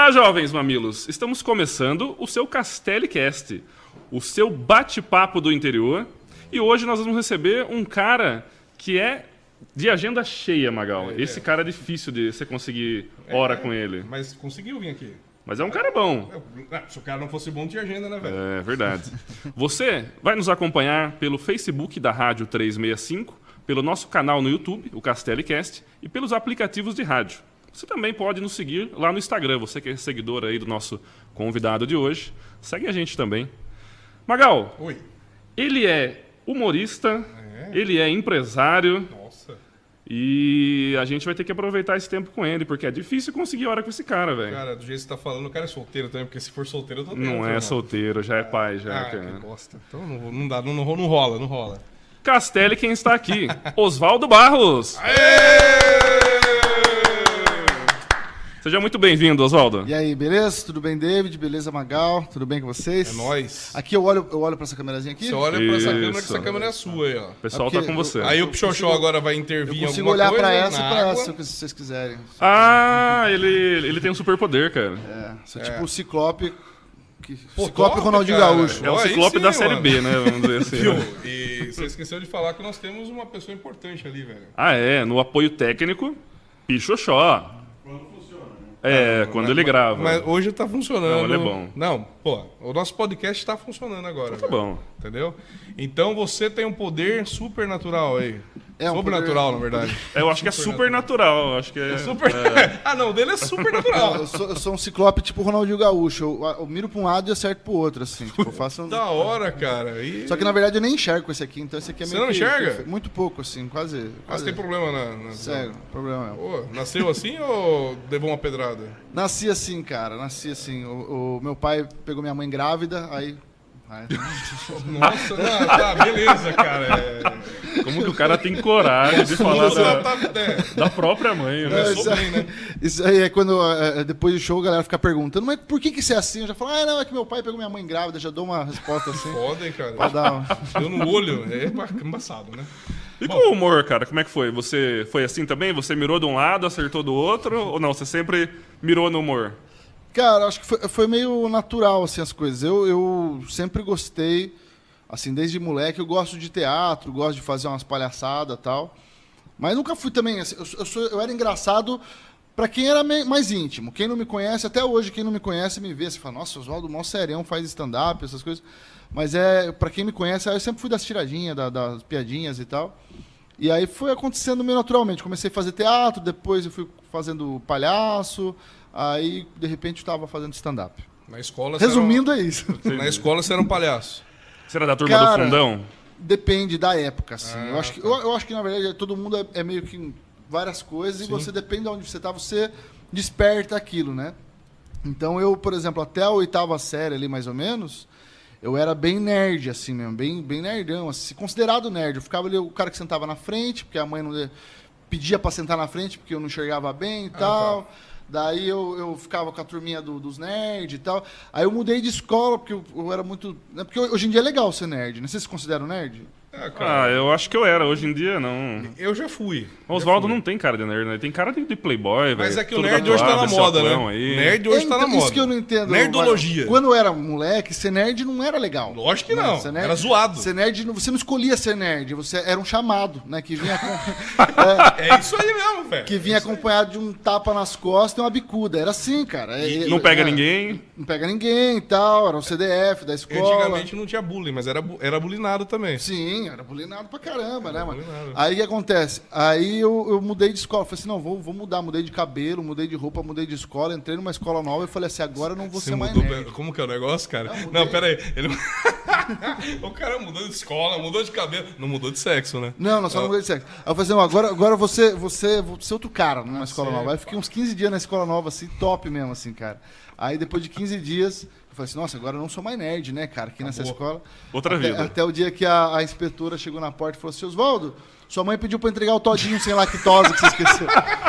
Olá, jovens mamilos! Estamos começando o seu Castellicast, o seu bate-papo do interior. E hoje nós vamos receber um cara que é de agenda cheia, Magal. Esse cara é difícil de você conseguir hora com ele. Mas conseguiu vir aqui. Mas é um cara bom. Se o cara não fosse bom, não tinha agenda, né, velho? É verdade. Você vai nos acompanhar pelo Facebook da Rádio 365, pelo nosso canal no YouTube, o Castellicast, e pelos aplicativos de rádio. Você também pode nos seguir lá no Instagram. Você que é seguidor aí do nosso convidado de hoje, segue a gente também. Magal, Oi. ele é humorista, ele é empresário. Nossa. E a gente vai ter que aproveitar esse tempo com ele, porque é difícil conseguir hora com esse cara, velho. Cara, do jeito que você tá falando, o cara é solteiro também, porque se for solteiro eu tô dentro. Não é solteiro, já é pai, já, Que cara. bosta. Então não dá, não rola. Castelli, quem está aqui? Oswaldo Barros. Seja muito bem-vindo, Oswaldo. E aí, beleza? Tudo bem, David? Beleza, Magal? Tudo bem com vocês? É nóis. Aqui eu olho pra essa câmerazinha aqui? Você olha pra essa câmera, que Isso. essa câmera é sua aí, ó. O pessoal É porque tá com você. Aí o Pichochó agora vai intervir em Eu consigo alguma olhar coisa, pra essa e na pra água. essa, se vocês quiserem. Ah, ele tem um superpoder, cara. Sou tipo o Ciclope. Pô, Ciclope top, Ronaldinho cara. Gaúcho. É o Aí Ciclope sim, da Série mano. B, né? Vamos dizer assim. Viu? E você esqueceu de falar que nós temos uma pessoa importante ali, velho. Ah, é. No apoio técnico, Pichochó. Quando ele grava. Mas hoje tá funcionando. Não, ele é bom. Não, pô, o nosso podcast tá funcionando agora. Tá velho. bom. Entendeu? Então você tem um poder supernatural aí. É um Sobrenatural, poder- na verdade. Eu acho que é supernatural. Acho que é. Super... ah, não, o dele é supernatural. Eu sou um Ciclope tipo Ronaldinho Gaúcho. Eu miro pra um lado e acerto pro outro, assim. Tipo, eu faço... Da hora, cara. E... Só que na verdade eu nem enxergo com esse aqui, então esse aqui é Você meio não que- enxerga? Muito pouco, assim, quase. Mas tem problema na... Sério, problema é. Pô, nasceu assim ou levou uma pedrada? Nasci assim, cara, nasci assim. O meu pai pegou minha mãe grávida, aí. Nossa, não, tá, beleza, cara. Como que o cara tem coragem de falar da própria mãe, né? Eu sou bem, né? Isso aí é quando, depois do show, a galera fica perguntando, mas por que isso é assim? Eu já falo, não, é que meu pai pegou minha mãe grávida, já dou uma resposta assim. Foda, hein, cara. Pra dar uma... Deu no olho, é embaçado, né? E com o humor, cara, como é que foi? Você foi assim também? Você mirou de um lado, acertou do outro? Ou não? Você sempre mirou no humor? Cara, acho que foi meio natural, assim, as coisas. Eu sempre gostei, assim, desde moleque, eu gosto de teatro, gosto de fazer umas palhaçadas e tal. Mas nunca fui também, assim, eu era engraçado pra quem era mais íntimo. Quem não me conhece, até hoje, quem não me conhece me vê, você fala, nossa, Oswaldo, mó serião, faz stand-up, essas coisas. Mas pra quem me conhece, eu sempre fui das tiradinhas, das piadinhas e tal. E aí foi acontecendo meio naturalmente. Comecei a fazer teatro, depois eu fui fazendo palhaço, aí de repente eu estava fazendo stand-up. Na escola Resumindo, é isso. Na escola você era um palhaço. Você era da turma Cara, do fundão? Depende da época, assim. Ah, eu acho que, na verdade, todo mundo é meio que várias coisas, Sim. e você depende de onde você está, você desperta aquilo, né? Então eu, por exemplo, até a 8ª série ali, mais ou menos, eu era bem nerd, assim mesmo, bem nerdão, assim, considerado nerd. Eu ficava ali, o cara que sentava na frente, porque a mãe não pedia para sentar na frente, porque eu não enxergava bem e tal. Tá. Daí eu ficava com a turminha dos nerds e tal. Aí eu mudei de escola, porque eu era muito... Né? Porque hoje em dia é legal ser nerd, né? Vocês se consideram nerd? Ah, eu acho que eu era. Hoje em dia, não. Eu já fui. O Oswaldo não tem cara de nerd, né? Ele tem cara de playboy, velho. Mas é que o todo nerd hoje tá tatuado, na esse moda, né? óculão aí. Nerd hoje tá na moda. Isso que eu não entendo. Nerdologia. Quando eu era moleque, ser nerd não era legal. Lógico que Né? não. Ser nerd- Era zoado. Ser nerd, você não escolhia ser nerd, você era um chamado, né? Que vinha, É isso aí mesmo, velho. que vinha acompanhado de um tapa nas costas e uma bicuda. Era assim, cara. Não pega ninguém. Não pega ninguém e tal. Era o CDF da escola. Antigamente não tinha bullying, mas era bulinado também. Sim, era bulinado pra caramba, né, mano? bulinado. Aí o que acontece? Aí eu mudei de escola. Falei assim, não, vou mudar. Mudei de cabelo, mudei de roupa, mudei de escola. Entrei numa escola nova e falei assim, agora eu não vou Você ser mais mudou, nerd. como que é o negócio, cara? Não, mudei. Não, pera aí. O cara mudou de escola, mudou de cabelo. Não mudou de sexo, né? Não, só não mudei de sexo. Aí eu falei assim, não, agora vou ser outro cara numa escola nova. Aí eu fiquei uns 15 dias na escola nova, assim, top mesmo, assim, cara. Aí depois de 15 dias, eu falei assim, nossa, agora eu não sou mais nerd, né, cara, aqui nessa escola. Outra vida. Até o dia que a inspetora chegou na porta e falou assim, Oswaldo, sua mãe pediu pra entregar o todinho sem lactose que você esqueceu.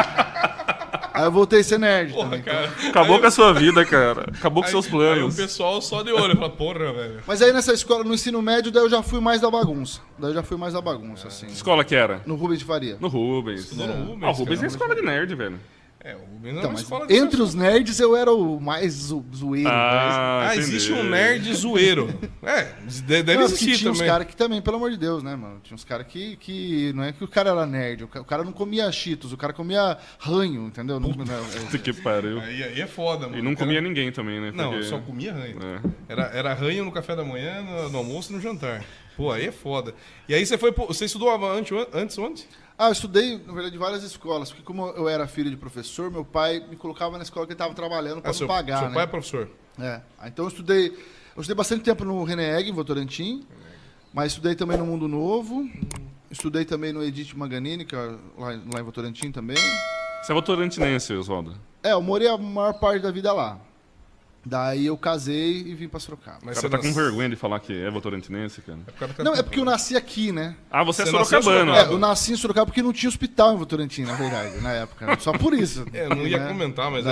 Aí eu voltei a ser nerd Porra, também. cara. Acabou com a sua vida, cara. Acabou com Aí- seus Aí planos. o pessoal só de olho. Fala, porra, velho. Mas aí nessa escola, no ensino médio, daí eu já fui mais da bagunça. Assim. Escola que era? No Rubens de Faria. No Rubens. Estudou no Rubens, Ah, o Rubens cara. é escola de nerd, velho. É, o Rubens era Então, uma mas escola de entre os nerds eu era o mais zoeiro. existe um nerd zoeiro. Deve Não, existir tinha também. uns caras que também, pelo amor de Deus, né, mano? Tinha uns caras que não é que o cara era nerd, o cara não comia Cheetos, o cara comia ranho, entendeu? Puta que pariu. Aí é foda, mano. E não comia ninguém também, né? Não, Porque- só comia ranho. É. Era ranho no café da manhã, no almoço e no jantar. Pô, aí é foda. E aí você estudava antes onde? Eu estudei, na verdade, em várias escolas, porque como eu era filho de professor, meu pai me colocava na escola que ele estava trabalhando para não pagar, seu né? pai é professor. Então eu estudei bastante tempo no Reneg, em Votorantim, mas estudei também no Mundo Novo, estudei também no Edith Maganini, que é lá em Votorantim também. Você é votorantinense, Oswaldo? Eu morei a maior parte da vida lá. Daí eu casei e vim pra Sorocaba. O cara tá com vergonha de falar que é votorantinense, cara. Não, é porque eu nasci aqui, né? Ah, você é Você nasceu em sorocabano. Sorocaba? Eu nasci em Sorocaba porque não tinha hospital em Votorantim, na verdade, na época. Né? Só por isso. Eu não ia né? comentar, mas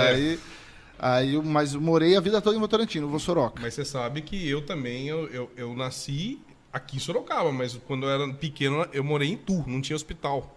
Mas eu morei a vida toda em Votorantim, no Vossoroca. Mas você sabe que eu também, eu nasci aqui em Sorocaba, mas quando eu era pequeno eu morei em Tu, não tinha hospital.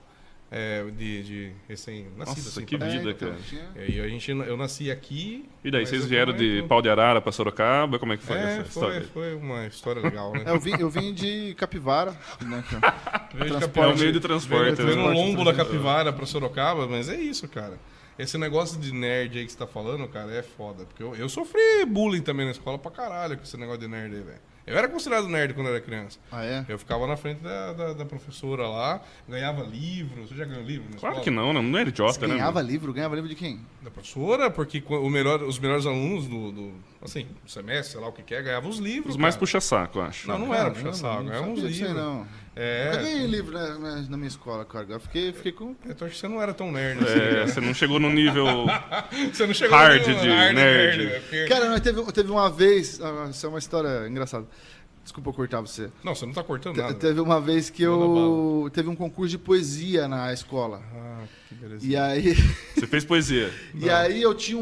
De recém-nascido. Nossa, assim, que pra- vida, então, cara. E eu nasci aqui. E daí, mas vocês eu vieram também de tô- Pau de Arara pra Sorocaba? Como é que foi essa história? Foi uma história legal, né? Eu vim de Capivara, né? Veio de transporte. Capivara, É o meio de transporte, veio no né? lombo da Capivara pra Sorocaba, mas é isso, cara. Esse negócio de nerd aí que você tá falando, cara, é foda. Porque eu sofri bullying também na escola pra caralho com esse negócio de nerd aí, velho. Eu era considerado nerd quando eu era criança. Ah, é? Eu ficava na frente da professora lá, ganhava livro. Você já ganhou livro na Claro escola? que não é idiota, né? Ganhava livro de quem? Da professora, porque os melhores alunos do semestre, sei lá o que é, ganhavam os livros. Os mais cara. puxa-saco, eu acho. Não era puxa-saco, eram uns sabia disso aí, livros. não. É. Eu ganhei livro na minha escola, cara. Agora fiquei com... Então acho que você não era tão nerd assim. É, você não chegou no nível... Você não chegou Hard no de nerd. né? Porque- Cara, mas teve uma vez... Isso é uma história engraçada. Desculpa eu cortar você. Não, você não tá cortando nada. Teve uma vez que teve um concurso de poesia na escola. Ah, que beleza. E aí... Você fez poesia. E aí eu tinha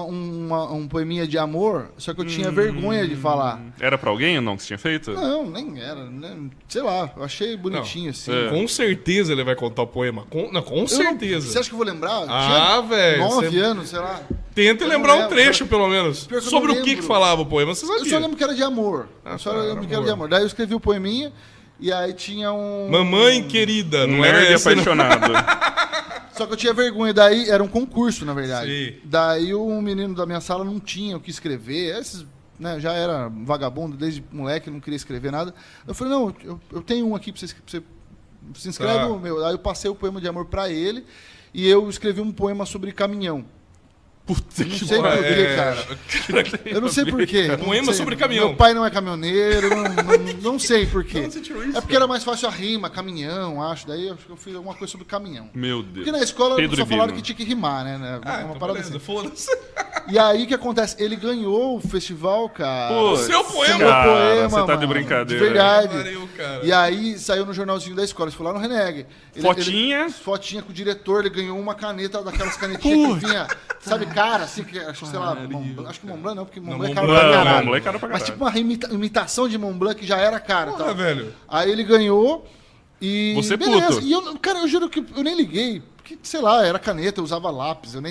um poeminha de amor, só que eu tinha vergonha de falar. Era pra alguém ou não que você tinha feito? Não, nem era. Né? Sei lá, eu achei bonitinho assim. É. Com certeza ele vai contar o poema. Com Eu não- certeza. Você acha que eu vou lembrar? Eu Ah, tinha velho, 9 você- anos, sei lá. Tenta Eu lembrar não um lembro. trecho, pelo menos. Pior que eu Sobre não o que lembro. falava o poema, você Eu sabia. só lembro que era de amor. Eu só tá, lembro era que era de amor. amor. Daí eu escrevi o poeminha e aí tinha um... Mamãe querida, Um não era nerd esse, não. apaixonado. Só que eu tinha vergonha, daí era um concurso, na verdade. Sim. Daí o menino da minha sala não tinha o que escrever. Esses, né, já era vagabundo desde moleque, não queria escrever nada. Eu falei, não, eu tenho um aqui pra você se inscreve Tá. o meu. Aí eu passei o poema de amor pra ele e eu escrevi um poema sobre caminhão. Puta Não que sei pariu. porquê, cara. Eu não sei porquê. Poema sobre caminhão. Meu pai não é caminhoneiro, não sei porquê. Onde você tirou isso, É porque era mais fácil a rima, caminhão, acho. Daí eu acho que eu fiz alguma coisa sobre caminhão. Meu Deus. Porque na escola Pedro só e falaram Bino. que tinha que rimar, né? Ah, Uma então parada beleza, assim. foda-se. E aí o que acontece? Ele ganhou o festival, cara. Pô, seu poema. Meu cara, poema, você tá de mano. brincadeira. De verdade. Pariu, cara. E aí saiu no jornalzinho da escola, isso foi lá no Reneg. Fotinha? Fotinha com o diretor, ele ganhou uma caneta daquelas canetinhas que vinha, sabe, cara, assim, que, acho que, sei lá, acho que Montblanc não, porque Montblanc é caro pra Montblanc, caralho. Montblanc é caro pra Mas caralho. tipo uma imitação de Montblanc que já era cara. Porra, Tal. velho. Aí ele ganhou e... Você beleza. puto. E eu, cara, eu juro que eu nem liguei. Porque, sei lá, era caneta, eu usava lápis, eu nem...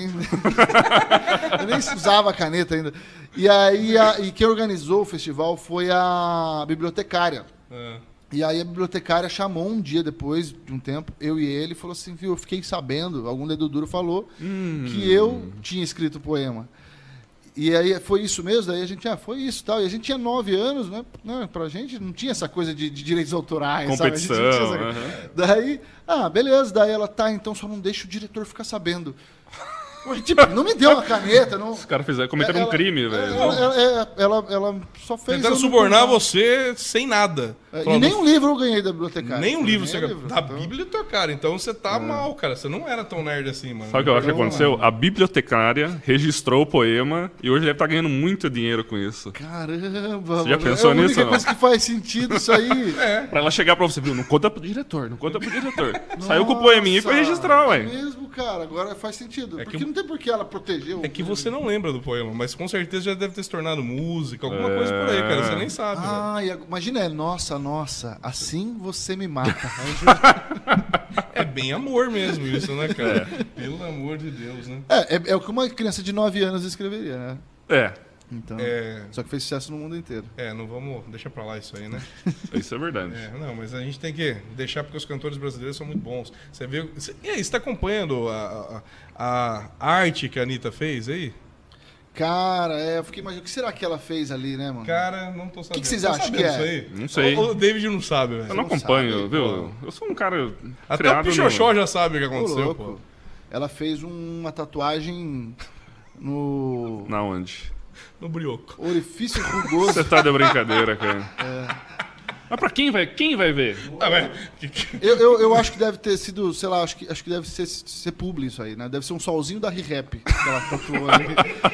eu nem usava caneta ainda. E aí, e quem organizou o festival foi a bibliotecária. Ah. E aí a bibliotecária chamou um dia depois de um tempo, eu e ele, e falou assim, viu, eu fiquei sabendo, algum dedo duro falou, que eu tinha escrito o poema. E aí foi isso mesmo, daí a gente, foi isso tal. E a gente tinha 9 anos, né? Pra gente não tinha essa coisa de direitos autorais, Competição, sabe? A gente não tinha essa... Daí, beleza, daí ela então só não deixa o diretor ficar sabendo. Tipo, não me deu uma caneta, não... Os caras cometeram um crime, velho. Ela só fez... Tentaram eu não subornar comprar. você sem nada. E nem um livro eu ganhei da bibliotecária. Nem um livro você Nem ganhou. livro, Da então. bibliotecária. Então você tá mal, cara. Você não era tão nerd assim, mano. Sabe o que eu acho que Então, aconteceu? A bibliotecária registrou o poema e hoje deve estar ganhando muito dinheiro com isso. Caramba, Você já mano, pensou é a única nisso, não? coisa que faz sentido isso aí. Pra ela chegar pra você, viu? Não conta pro diretor, não conta pro diretor. Saiu com o poeminha e foi registrar, ué. Mesmo, cara. Agora faz sentido. É Porque que- não tem por que ela proteger o... É que você não lembra do poema, mas com certeza já deve ter se tornado música, alguma coisa por aí, cara. Você nem sabe. velho. Ah, imagina, nossa, assim você me mata. É bem amor mesmo isso, né, cara? Pelo amor de Deus, né? é o que uma criança de 9 anos escreveria, né? É, Então, É, só que fez sucesso no mundo inteiro. não vamos... Deixa pra lá isso aí, né? isso é verdade. Não, mas a gente tem que deixar porque os cantores brasileiros são muito bons. Você vê... E aí, você tá acompanhando a arte que a Anitta fez aí? Cara, eu fiquei imaginando, o que será que ela fez ali, né, mano? Cara, não tô sabendo. que vocês Tá acham sabendo que é? isso aí? Não sei. O David não sabe, velho. Eu não não acompanho, sabe, viu? Eu sou um cara Até o criado Pichoxó no... já sabe o que Ô, aconteceu, louco. pô. Ela fez uma tatuagem no Na onde? No brioco. orifício rugoso. Você tá de brincadeira, cara. Mas pra quem vai ver? Ah, mas... Eu acho que deve ter sido, sei lá, acho que deve ser publi isso aí, né? Deve ser um solzinho da Re-Rap que ela tatuou ali.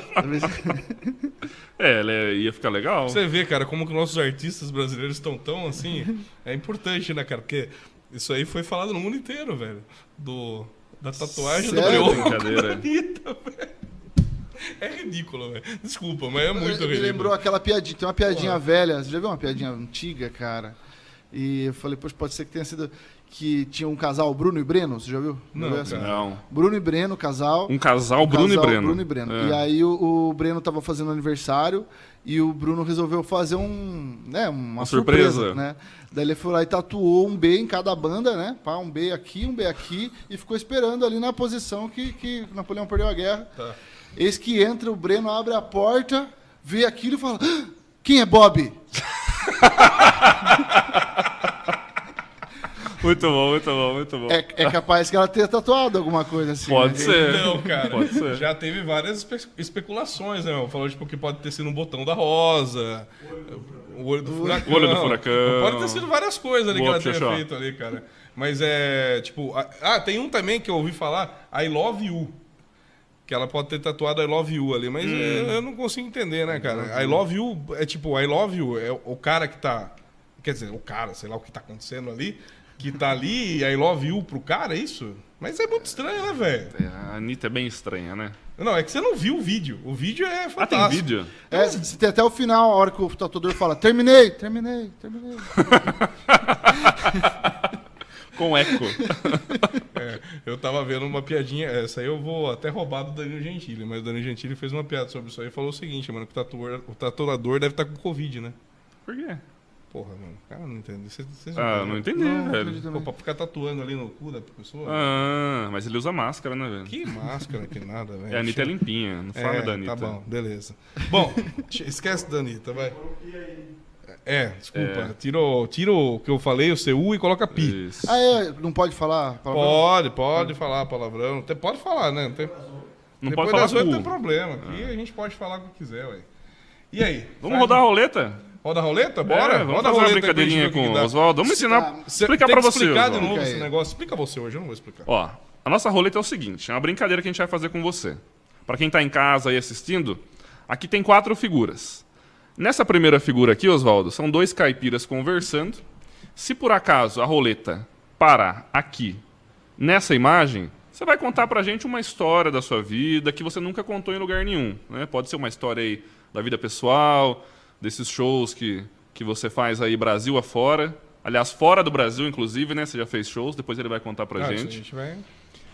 Ela ia ficar legal. Você vê, cara, como que nossos artistas brasileiros estão tão assim. É importante, né, cara? Porque isso aí foi falado no mundo inteiro, velho. Da tatuagem do Sério? brioco. Brincadeira. Anitta, velho. É ridículo, velho. Desculpa, mas é muito Me ridículo. lembrou aquela piadinha, tem uma piadinha velha, você já viu uma piadinha antiga, cara? E eu falei, poxa, pode ser que tenha sido que tinha um casal, Bruno e Breno, você já viu? Não, Já viu essa? cara. Não. Bruno e Breno, casal. Um casal, Bruno e Breno. Bruno e Breno. É. E aí o Breno tava fazendo aniversário e o Bruno resolveu fazer uma surpresa. né? Daí ele foi lá e tatuou um B em cada banda, né? Pá, um B aqui e ficou esperando ali na posição que Napoleão perdeu a guerra. Tá. Eis que entra, o Breno abre a porta, vê aquilo e fala: "Ah, quem é Bob?" Muito bom, muito bom, muito bom. É capaz que ela tenha tatuado alguma coisa assim. Pode né? ser. Não, cara. Pode ser. Já teve várias especulações, né? Falou, tipo, que pode ter sido um botão da rosa, o olho do furacão. O olho do furacão. Pode ter sido várias coisas ali Boa, que ela tenha Pichoxó. feito ali, cara. Mas é, tipo... tem um também que eu ouvi falar, I Love You. Que ela pode ter tatuado I Love You ali, mas eu não consigo entender, né, cara? I Love You é tipo, I Love You é o cara que tá... Quer dizer, o cara, sei lá o que tá acontecendo ali, que tá ali e I Love You pro cara, é isso? Mas é muito estranho, né, velho? A Anitta é bem estranha, né? Não, é que você não viu o vídeo. O vídeo é Ah, fantástico. tem vídeo? Você tem até o final, a hora que o tatuador fala: terminei. Com eco. Eu tava vendo uma piadinha, essa aí eu vou até roubar do Danilo Gentili, mas o Danilo Gentili fez uma piada sobre isso aí e falou o seguinte, mano, que o tatuador deve estar com Covid, né? Por quê? Porra, mano, cara, não entendo. Vocês Não entendi, Não, velho. acredito. Pô, pra ficar tatuando ali no cu da pessoa? Mas ele usa máscara, né, velho? Que máscara, que nada, velho. A Anitta é limpinha, não fala da Anitta. Tá bom, beleza. Bom, esquece da Anitta, vai. Desculpa. Tira o que eu falei, o CU, e coloca pi. Isso. Não pode falar palavrão? Pode falar palavrão. Pode falar, né? Não tem... Não Depois pode falar das 8 não tem cu. problema. Aqui a gente pode falar o que quiser, ué. E aí? Vamos rodar a roleta? Roda a roleta? Bora? Vamos Roda a fazer uma roleta brincadeirinha aí pra gente ver com que o dá. Oswaldo. Vamos ensinar, Cê explicar tem pra que você, explicar de Oswaldo. novo Explica esse aí. negócio. Explica você hoje, eu não vou explicar. Ó, a nossa roleta é o seguinte, é uma brincadeira que a gente vai fazer com você. Pra quem tá em casa aí assistindo, aqui tem 4 figuras. Nessa primeira figura aqui, Oswaldo, são 2 caipiras conversando. Se por acaso a roleta parar aqui, nessa imagem, você vai contar pra gente uma história da sua vida que você nunca contou em lugar nenhum, né? Pode ser uma história aí da vida pessoal, desses shows que você faz aí Brasil afora. Aliás, fora do Brasil, inclusive, né? Você já fez shows, depois ele vai contar pra Isso a gente. gente vai...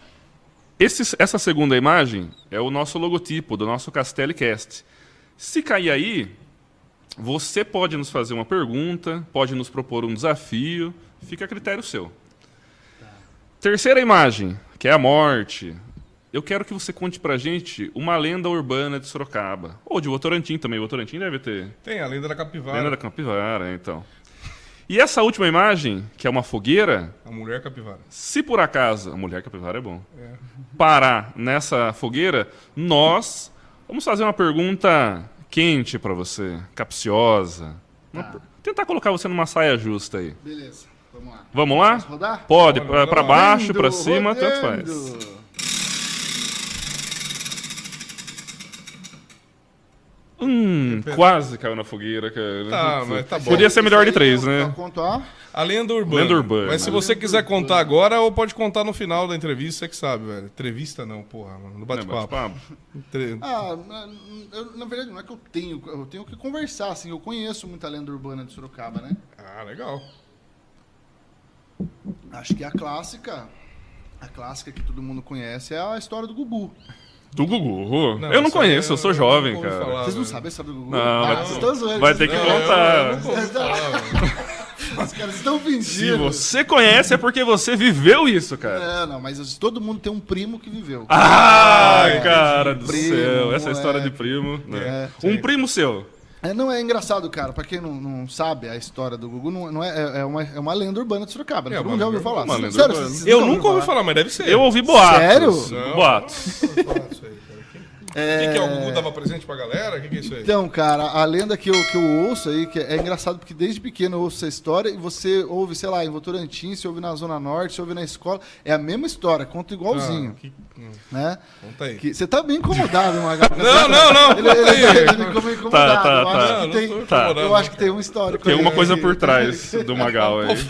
Essa segunda imagem é o nosso logotipo do nosso CastelliCast. Se cair aí, você pode nos fazer uma pergunta, pode nos propor um desafio, fica a critério seu. Terceira imagem, que é a morte. Eu quero que você conte pra gente uma lenda urbana de Sorocaba. Ou de Votorantim também. Votorantim deve ter. Tem a lenda da capivara. Lenda da capivara, então. E essa última imagem, que é uma fogueira, A mulher capivara. se por acaso, a mulher capivara é bom, parar nessa fogueira, nós vamos fazer uma pergunta quente pra você, capciosa. Tentar colocar você numa saia justa aí. Beleza, vamos lá. Vamos lá? Posso rodar? Pode, Bora, pra bora. baixo, Rodando, pra cima, tanto rodando. faz. Quase caiu na fogueira, cara. Tá, mas tá bom. Podia ser melhor de 3, né? Eu conto a... A lenda urbana. Lenda urbana. Mas se você quiser contar agora, ou pode contar no final da entrevista, você que sabe, velho. Entrevista não, porra, mano. No bate-papo. Na verdade, não é que eu tenho que conversar, assim. Eu conheço muita lenda urbana de Sorocaba, né? Ah, legal. Acho que a clássica que todo mundo conhece é a história do Gugu. Do Gugu? Eu não conheço, eu sou jovem, cara. Vocês não sabem a história do Gugu? Não, vocês estão zoando. vai ter que contar. Os caras estão fingindo. Se você conhece, é porque você viveu isso, cara. Não, mas todo mundo tem um primo que viveu. Cara do primo, céu. Essa história de primo. Né? Um primo seu. Não, é engraçado, cara. Pra quem não sabe a história do Gugu, não é uma lenda urbana de Sorocaba. Todo mundo já ouviu falar. Sério, eu nunca ouvi falar, mas deve ser. Eu ouvi boatos. Sério? Boatos. O que é? O Gugu dava presente pra galera? O que é isso aí? Então, cara, a lenda que eu ouço aí, que é engraçado porque desde pequeno eu ouço essa história e você ouve, sei lá, em Votorantim, você ouve na Zona Norte, você ouve na escola, é a mesma história, conta igualzinho. Né? Conta aí. Você tá bem incomodado, Magal. Não. Ele ficou incomodado. Tá. Eu acho que tem uma história. Tem uma coisa por trás do Magal aí.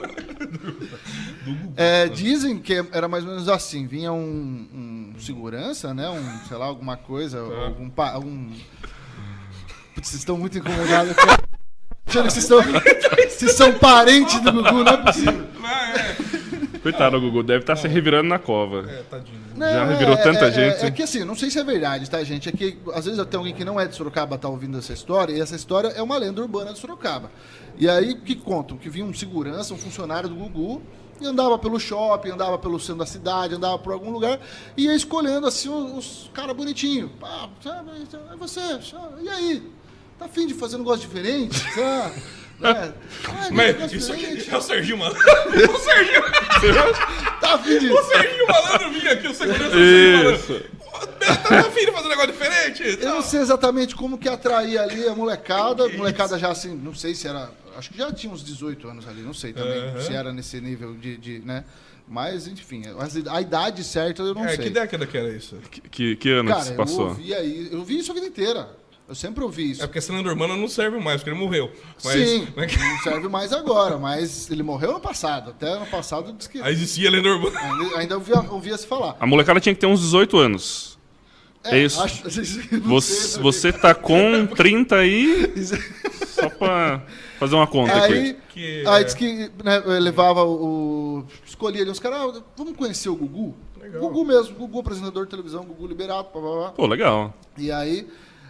Dizem que era mais ou menos assim, vinha um segurança, né? Sei lá, alguma coisa, Putz, vocês estão muito incomodados. Achando que vocês são parentes do Gugu, não é possível. Coitado, o Gugu deve estar se revirando na cova. Tadinho. Já revirou tanta gente. É que assim, não sei se é verdade, tá, gente? É que às vezes até alguém que não é de Sorocaba tá ouvindo essa história, e essa história é uma lenda urbana de Sorocaba. E aí, o que contam? Que vinha um segurança, um funcionário do Gugu, e andava pelo shopping, andava pelo centro da cidade, andava por algum lugar, e ia escolhendo assim os caras bonitinhos. É você, e aí? Tá afim de fazer um negócio diferente? Mas isso aqui é o Serginho Malandro. O Serginho tá afim de... O Serginho Malandro vinha aqui, o segurança do Serginho Malandro. Tá afim de fazer um negócio diferente? Eu não sei exatamente como que atraía ali a molecada. Molecada já assim, não sei se era... Acho que já tinha uns 18 anos ali, não sei também se era nesse nível né? Mas, enfim, a idade certa eu não sei. Que década que era isso? Que ano que se passou? Eu ouvi isso a vida inteira. Eu sempre ouvi isso. É porque essa lenda urbana não serve mais, porque ele morreu. Sim, não serve mais agora, mas ele morreu no passado. Até ano passado disse que... Aí existia a lenda urbana. Ainda ouvia se falar. A molecada tinha que ter uns 18 anos. É isso. Você tá com 30 aí... Só pra fazer uma conta aqui. Aí disse que levava escolhia ali os caras, vamos conhecer o Gugu? Legal. Gugu mesmo, Gugu apresentador de televisão, Gugu liberado, Pô, legal. E aí...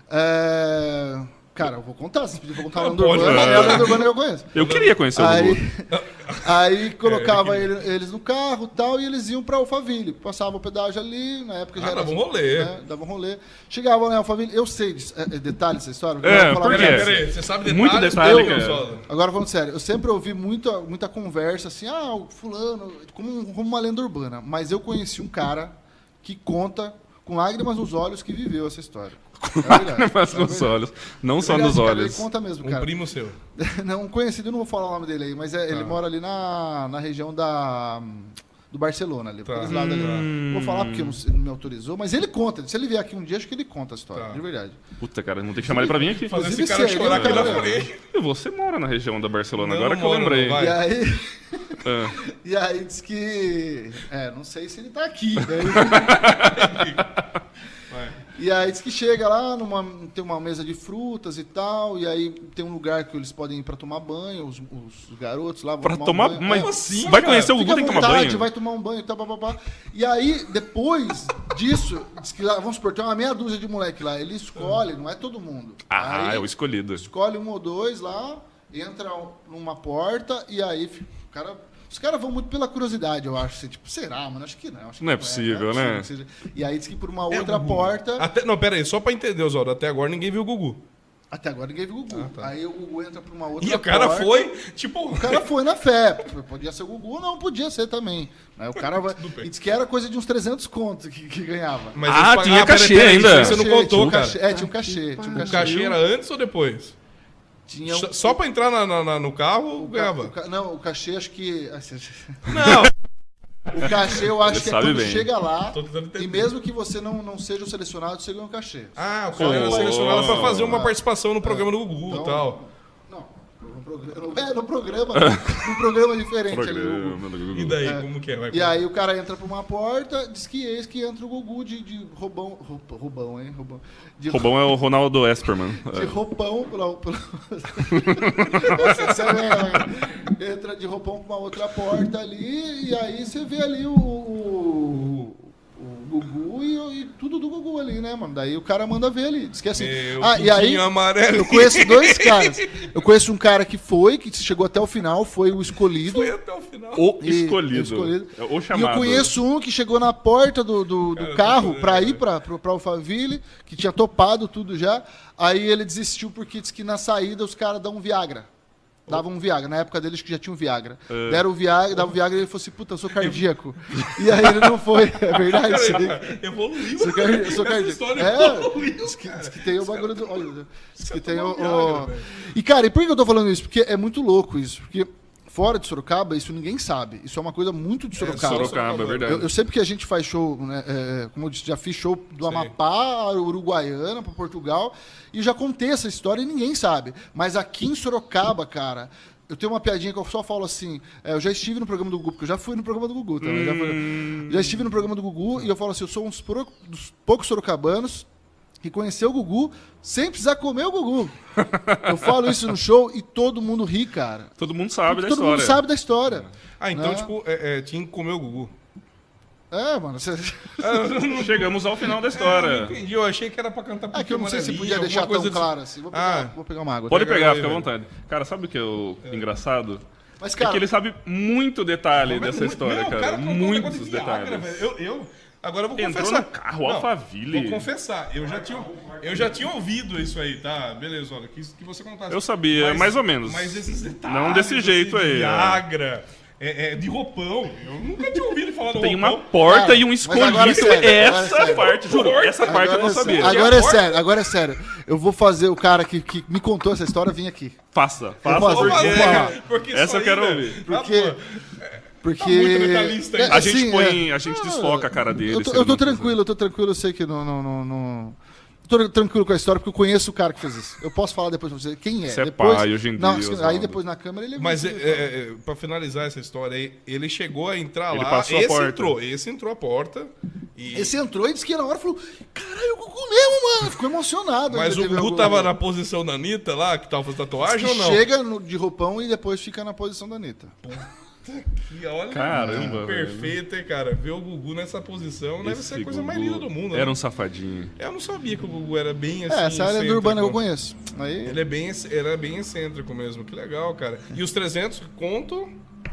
Cara, eu vou contar, se pedir pra contar a lenda urbana, é a lenda urbana que eu conheço. Eu queria conhecer o Gugu. Aí colocava eles no carro e tal, e eles iam pra Alphaville. Passavam o pedágio ali, na época já era... Dava um rolê. Dava um rolê. Chegavam na Alphaville, eu sei detalhes dessa história. Por quê? Peraí, você sabe detalhes? Muito detalhe, cara. Agora, falando sério, eu sempre ouvi muita conversa assim, o fulano, como uma lenda urbana. Mas eu conheci um cara que conta, com lágrimas nos olhos, que viveu essa história. Lágrimas nos olhos. Não só nos olhos. Ele conta mesmo, cara. Um primo seu. Não, um conhecido, eu não vou falar o nome dele aí, mas ele mora ali na região do Barcelona, ali, por aquele lado ali. Vou falar porque não me autorizou, mas ele conta. Se ele vier aqui um dia, acho que ele conta a história, de verdade. Puta, cara, não tem que chamar ele pra vir aqui. Fazer esse cara chorar aqui na frente. Você mora na região da Barcelona, agora que eu lembrei. E aí diz que... não sei se ele tá aqui. E aí diz que chega lá, tem uma mesa de frutas e tal, e aí tem um lugar que eles podem ir pra tomar banho, os garotos lá vão pra tomar banho. Mas assim, vai conhecer o Gugu, tem que tomar banho? Vai tomar um banho e tal, papapá. E aí, depois disso, diz que lá, vamos supor, tem uma meia dúzia de moleque lá, ele escolhe, não é todo mundo. Aí, é o escolhido. Escolhe um ou dois lá, entra numa porta, e aí o cara... Os caras vão muito pela curiosidade, eu acho. Assim, tipo, será, mano? Acho que não. Acho que não é possível, né? E aí diz que por uma outra porta... Não, pera aí, só pra entender, Oswaldo. Até agora ninguém viu o Gugu. Até agora ninguém viu o Gugu. Tá. Aí o Gugu entra por uma outra porta. E o cara foi, tipo... O cara foi na fé. Podia ser o Gugu, não podia ser também. Aí o cara vai... E diz que era coisa de uns 300 contos que ganhava. Mas tinha cachê ainda. Você não contou, cara. Tinha um cachê. O cachê era antes ou depois? Só pra entrar no carro, ganhava. Não, o cachê acho que... Não. O cachê eu acho Ele que é sabe quando bem. chega lá, Tô tentando entender. e mesmo que você não seja o selecionado, você ganha um cachê. Ah, o cara era selecionado pra fazer uma participação no programa do Gugu e Então, tal. Não, no programa diferente ali. Programa do Gugu. E daí, como que é? Vai, E aí o cara entra pra uma porta, diz que eis que entra o Gugu de roubão. Roubão, hein? Roubão. De Robão é o Ronaldo Esperman. de roupão entra de roupão pra uma outra porta ali, e aí você vê ali o Gugu e tudo do Gugu ali, né, mano? Daí o cara manda ver ali. Diz que é assim. E aí amarelo. eu conheço dois caras. Eu conheço um cara que chegou até o final, foi o escolhido. Foi até o final. O E- escolhido. O E chamado. eu conheço um que chegou na porta do Cara, carro tô pra falando, ir pra Alphaville, que tinha topado tudo já. Aí ele desistiu porque disse que na saída os caras dão um Viagra. Davam um Viagra. Na época deles que já tinha um Viagra. Deram o Viagra, dava o Viagra e ele falou assim, puta, eu sou cardíaco. E aí ele não foi. É verdade isso aí. Evoluiu. Sou cardíaco. Essa história É, evoluiu, diz que cara. tem o bagulho do... Olha, diz que tem tomou o... Viagra, velho. E, cara, e por que eu tô falando isso? Porque é muito louco isso. Porque fora de Sorocaba, isso ninguém sabe. Isso é uma coisa muito de Sorocaba. Sorocaba, é verdade. Eu sempre que a gente faz show, né, como eu disse, já fiz show do Sim. Amapá, a Uruguaiana, para Portugal, e já contei essa história e ninguém sabe. Mas aqui em Sorocaba, cara, eu tenho uma piadinha que eu só falo assim, eu já estive no programa do Gugu, porque eu já fui no programa do Gugu também. Já estive no programa do Gugu e eu falo assim, eu sou dos poucos sorocabanos que conheceu o Gugu sem precisar comer o Gugu. Eu falo isso no show e todo mundo ri, cara. Todo mundo sabe da Todo história. mundo sabe da história. Ah, então, Né? tipo, tinha que comer o Gugu. Mano, você... Chegamos ao final da Eu história. não entendi, eu achei que era pra cantar É que eu não sei se Maravilha, podia deixar alguma tão coisa claro assim. Vou pegar uma água. Pode Pega pegar, aí, fica à velho. vontade. Cara, sabe o que é o engraçado? Mas, É cara, que ele sabe muito detalhe dessa história, Não, o cara. contou um negócio Muitos de Viagra, detalhes. velho. Agora eu vou Entrou confessar. no carro, Não, Alphaville. Vou confessar, eu já tinha ouvido isso aí, tá? Beleza, olha, que você contasse. Eu sabia, mais ou menos. Mas esses detalhes. Não desse jeito assim, aí, Viagra, de roupão. Eu nunca tinha ouvido falar do Tem roupão. uma porta Cara, e um mas agora é escolhido. sério, agora é Essa sério. parte, juro, essa parte eu não sabia. Agora é sério. Eu vou fazer o cara que me contou essa história vir aqui. Faça, vou faça, fazer, porque vou falar. Porque essa isso eu aí, quero velho, ouvir. tá Porque... bom. Porque... muito detalhista aí. A gente assim, põe, a gente desfoca a cara dele. se Eu ele tô não tranquilo, eu sei que não... Tô tranquilo com a história, porque eu conheço o cara que fez isso. Eu posso falar depois pra você quem é. Você é depois, pai hoje em não, dia, aí Oswaldo. depois na câmera ele... Mas, pra finalizar essa história aí, ele chegou a entrar Ele lá, passou a porta. esse entrou a porta. E... Esse entrou e disse que na hora falou, caralho, o Gugu mesmo, mano. Ficou emocionado. Mas ainda o de ver Gugu tava na posição da Anitta lá, que tava fazendo tatuagem ou não? Chega de roupão e depois fica na posição da Anitta. E olha, Caramba, perfeito, hein, cara. Ver o Gugu nessa posição deve Esse ser a coisa mais Gugu linda do mundo, Era né? um safadinho. Eu não sabia que o Gugu era bem assim. Essa é a lenda excêntrico. urbana que eu conheço. Aí... Ele era bem excêntrico mesmo. Que legal, cara. E os 300 conto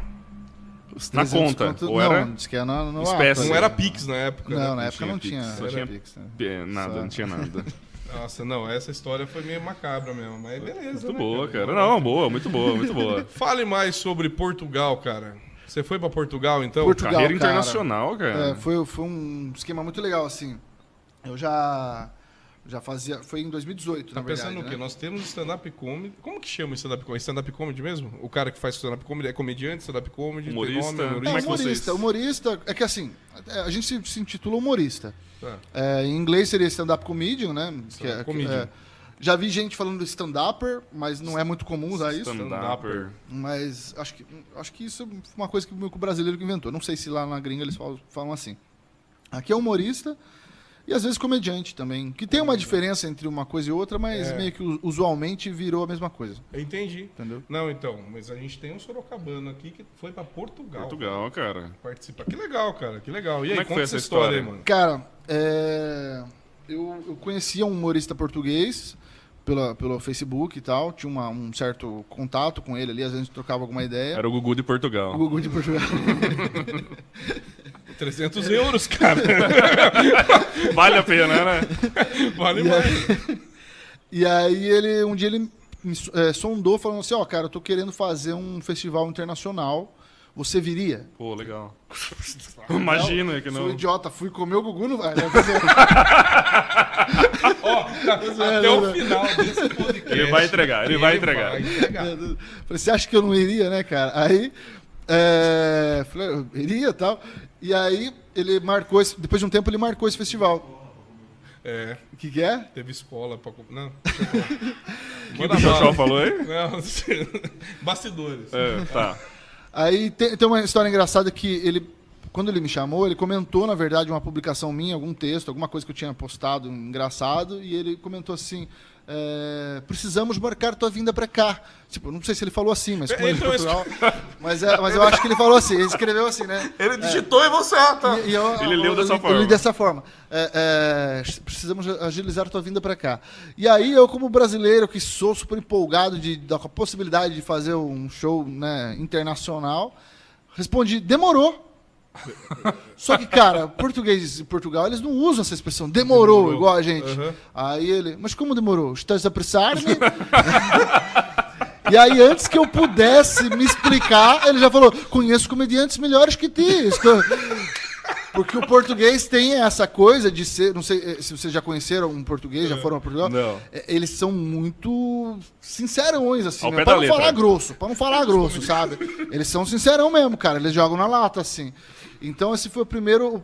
Os Na 300 conta, conto- ou não, era diz que é no espécie? ato, não ali. era Pix na época. Não, né? na época não Pix, tinha. só Era tinha Pix, né? Nada, Só. não tinha nada. Nossa, não, essa história foi meio macabra mesmo. Mas beleza. Muito né, boa, cara. Não, boa, muito boa, muito boa. Fale mais sobre Portugal, cara. Você foi pra Portugal, então? Portugal. Carreira cara. internacional, cara. Foi um esquema muito legal, assim. Eu já fazia... Foi em 2018, Tá na verdade, pensando no quê? né? Nós temos stand-up comedy. Como que chama stand-up comedy? Stand-up comedy mesmo? O cara que faz stand-up comedy é comediante, stand-up comedy, Humorista. tem nome, Como é que humorista. Humorista. É que assim, a gente se intitula humorista. Tá. Em inglês seria stand-up comedian, né? Stand-up comedian. Já vi gente falando stand-upper, mas não é muito comum usar isso. Stand-upper. Mas acho que isso é uma coisa que o brasileiro que inventou. Não sei se lá na gringa eles falam assim. Aqui é humorista e às vezes comediante também. Que tem uma diferença entre uma coisa e outra, mas meio que usualmente virou a mesma coisa. Eu entendi. Entendeu? Não, então, mas a gente tem um sorocabano aqui que foi pra Portugal. Portugal, cara. Participar. Que legal, cara. Que legal. E aí, Como é que conta foi essa essa história aí, história? mano. Cara, eu conhecia um humorista português pelo Facebook e tal. Tinha um certo contato com ele ali, às vezes a gente trocava alguma ideia. Era o Gugu de O Portugal. Gugu de Portugal. 300 euros, cara. Vale a pena, né? Vale E mais. E aí um dia ele me sondou falando assim, ó, cara, eu tô querendo fazer um festival internacional. Você viria? Pô, legal. Imagina que Sou não. idiota, fui comer o Gugu, não vai. Né? Ó, até o final desse podcast. Ele vai entregar, ele vai entregar. vai entregar. Falei, você acha que eu não iria, né, cara? Aí Falei, eu iria e tal. E aí, ele marcou, depois de um tempo, ele marcou esse festival. O que é? Teve escola pra... Não. O que o Xoxó falou aí? Não, bastidores. Tá. Aí tem uma história engraçada que ele, quando ele me chamou, ele comentou, na verdade, uma publicação minha, algum texto, alguma coisa que eu tinha postado engraçado, e ele comentou assim, precisamos marcar tua vinda pra cá. Tipo, não sei se ele falou assim, mas como ele é de Portugal, mas eu acho que ele falou assim, ele escreveu assim, né? Ele digitou e você, tá? Ele leu dessa forma. Ele dessa forma. Precisamos agilizar tua vinda pra cá. E aí, eu, como brasileiro, que sou super empolgado com a possibilidade de fazer um show, né, internacional, respondi, demorou. Só que, cara, português e Portugal, eles não usam essa expressão, demorou. Igual a gente. Aí ele, mas como demorou? Estás a apressar-me? E aí, antes que eu pudesse me explicar, ele já falou, conheço comediantes melhores que ti. Porque o português tem essa coisa de ser, não sei se vocês já conheceram um português, já foram a Portugal. Não. Eles são muito sincerões, assim, Ao né? pé Pra da não letra. falar grosso, sabe? Eles são sincerão mesmo, cara. Eles jogam na lata, assim. Então, esse foi o primeiro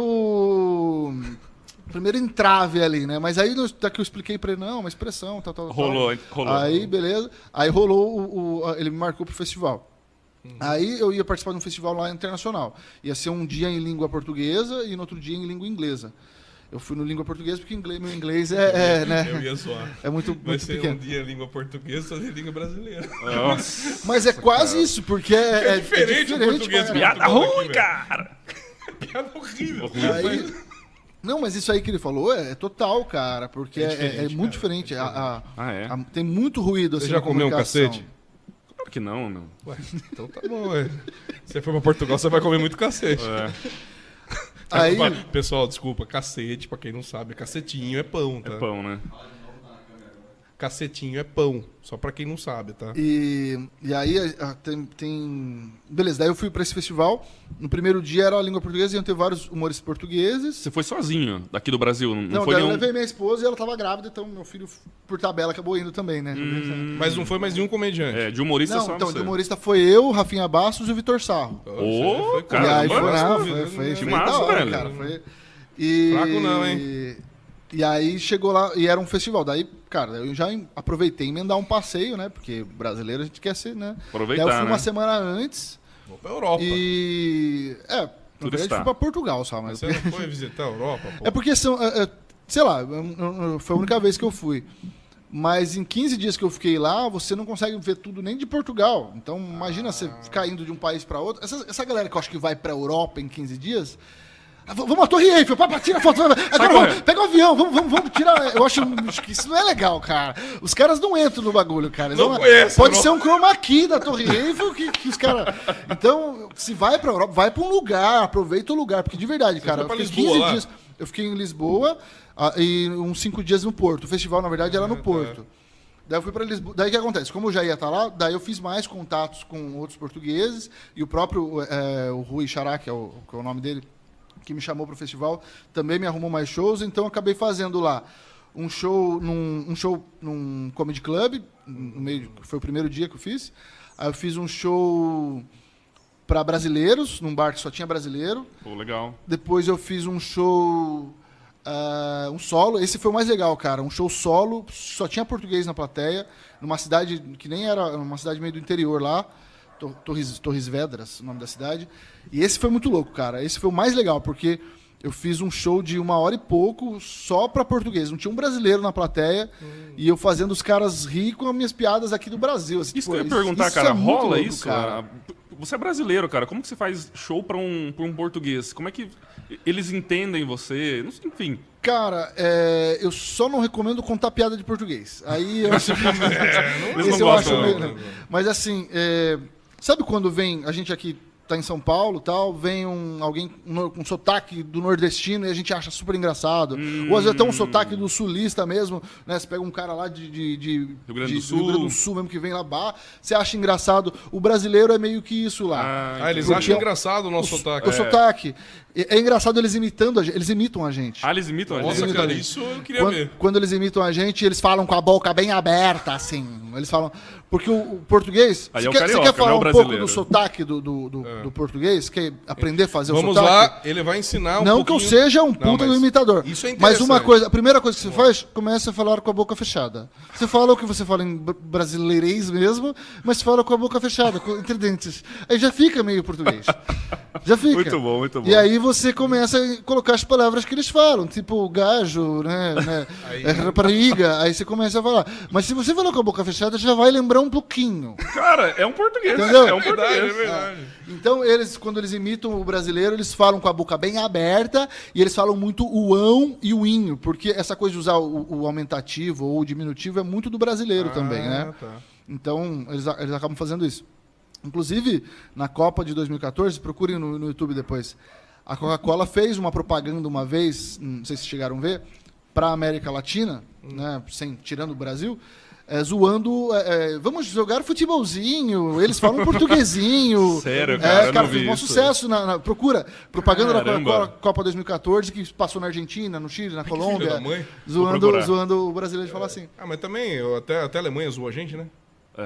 entrave ali, né? Mas aí, daqui eu expliquei pra ele, não, uma expressão, tal. Rolou. Aí, beleza. Aí rolou, ele me marcou pro festival. Aí eu ia participar de um festival lá internacional. Ia ser um dia em língua portuguesa e no outro dia em língua inglesa. Eu fui no língua portuguesa porque meu inglês né? Eu ia zoar. É muito Vai ser pequeno. um dia em língua portuguesa e língua brasileira. Nossa. Mas é quase isso, porque é diferente o português. pra Piada caralho. ruim, cara. Piada horrível. Aí, não, mas isso aí que ele falou é total, cara, porque é muito diferente. Tem muito ruído assim. Você já na comeu um comunicação. cacete? Claro que não, meu. Ué, então tá bom, ué. Se você for pra Portugal, você vai comer muito cacete. Aí, Pessoal, desculpa, cacete, pra quem não sabe, cacetinho é pão, tá? É pão, né? Cacetinho é pão, só pra quem não sabe, tá? E aí tem... Beleza, daí eu fui pra esse festival. No primeiro dia era a língua portuguesa e iam ter vários humoristas portugueses. Você foi sozinho daqui do Brasil? Não, foi daí nenhum... eu levei minha esposa e ela tava grávida, então meu filho, por tabela, acabou indo também, né? Mas não foi mais nenhum comediante. De humorista Não, só então, você. de humorista foi eu, Rafinha Bastos e o Vitor Sarro. Ô, E cara, aí Caramba, foi que da massa, hora, velho. cara. Fraco não, hein? E aí chegou lá, e era um festival. Daí, cara, eu já aproveitei emendar um passeio, né? Porque brasileiro a gente quer ser, né? Aproveitar, daí eu fui uma né? semana antes. Vou pra Europa. Na verdade, eu fui pra Portugal só. Mas Você não foi visitar a Europa, pô? é porque são, sei lá, foi a única vez que eu fui. Mas em 15 dias que eu fiquei lá, você não consegue ver tudo nem de Portugal. Então, imagina você ficar indo de um país para outro. Essa galera que eu acho que vai para a Europa em 15 dias... Vamos à Torre Eiffel, tira foto. Agora, pega o avião, vamos tirar... Eu acho que isso não é legal, cara. Os caras não entram no bagulho, cara. Não conheço, pode não. ser um chroma key da Torre Eiffel que os caras... Então, se vai para a Europa, vai para um lugar, aproveita o lugar. Porque de verdade, cara, eu foi pra fiquei Lisboa 15 lá? dias... Eu fiquei em Lisboa e uns 5 dias no Porto. O festival, na verdade, era no Porto. Daí eu fui para Lisboa. Daí o que acontece? Como eu já ia estar lá, daí eu fiz mais contatos com outros portugueses e o próprio o Rui Xará, que é o nome dele, que me chamou para o festival, também me arrumou mais shows. Então eu acabei fazendo lá um show num comedy club, foi o primeiro dia que eu fiz. Aí eu fiz um show para brasileiros, num bar que só tinha brasileiro. Pô, legal. Depois eu fiz um show, um solo. Esse foi o mais legal, cara. Um show solo, só tinha português na plateia, numa cidade que nem era, uma cidade meio do interior lá, Torres Vedras, o nome da cidade. E esse foi muito louco, cara. Esse foi o mais legal, porque eu fiz um show de 1 hora e pouco só pra português. Não tinha um brasileiro na plateia e eu fazendo os caras rir com as minhas piadas aqui do Brasil. Assim, Isso tipo, que eu ia perguntar, isso cara, é muito rola louco, isso? cara. Você é brasileiro, cara. Como que você faz show pra um português? Como é que eles entendem você? Não sei, enfim. Cara, eu só não recomendo contar piada de português. Aí eu acho que... Eles esse não eu gostam, acho não. meio- Mas assim, sabe quando vem, a gente aqui tá em São Paulo tal, vem alguém com sotaque do nordestino e a gente acha super engraçado. Ou às vezes até um sotaque do sulista mesmo, né? Você pega um cara lá de Rio Grande do Rio Grande do Sul mesmo que vem lá, você acha engraçado. O brasileiro é meio que isso lá. Eles Porque acham engraçado o nosso sotaque. O sotaque. É engraçado eles imitam a gente. Eles imitam a Nossa, gente. cara, isso eu queria ver. Quando eles imitam a gente, eles falam com a boca bem aberta, assim. Eles falam... Porque o português... Aí Você é o quer, carioca, você quer falar não é o um pouco brasileiro. do sotaque do português? Quer aprender a fazer o Vamos sotaque? lá, ele vai ensinar um Não que eu pouquinho... seja um puta mas do imitador. Isso é Mas interessante. uma coisa, a primeira coisa que você faz, começa a falar com a boca fechada. Você fala o que você fala em brasileirês mesmo, mas fala com a boca fechada, entre dentes. Aí já fica meio português. Já fica. Muito bom, muito bom. E aí você começa a colocar as palavras que eles falam, tipo gajo, né? Rapariga, aí você começa a falar. Mas se você falar com a boca fechada, já vai lembrar um pouquinho. Cara, é um português. Entendeu? É um português. É verdade. Então, quando eles imitam o brasileiro, eles falam com a boca bem aberta e eles falam muito o ão e o inho, porque essa coisa de usar o aumentativo ou o diminutivo é muito do brasileiro também, né? Tá. Então, eles acabam fazendo isso. Inclusive, na Copa de 2014, procurem no YouTube depois, a Coca-Cola fez uma propaganda uma vez, não sei se chegaram a ver, para a América Latina, né, tirando o Brasil, zoando, vamos jogar futebolzinho, eles falam portuguesinho. Sério, cara, eu não fez vi um isso. sucesso, propura, propaganda da Caramba. Coca-Cola Copa 2014, que passou na Argentina, no Chile, na Filho Colômbia, da mãe. zoando o brasileiro de falar assim. Ah, mas também, até a Alemanha zoou a gente, né?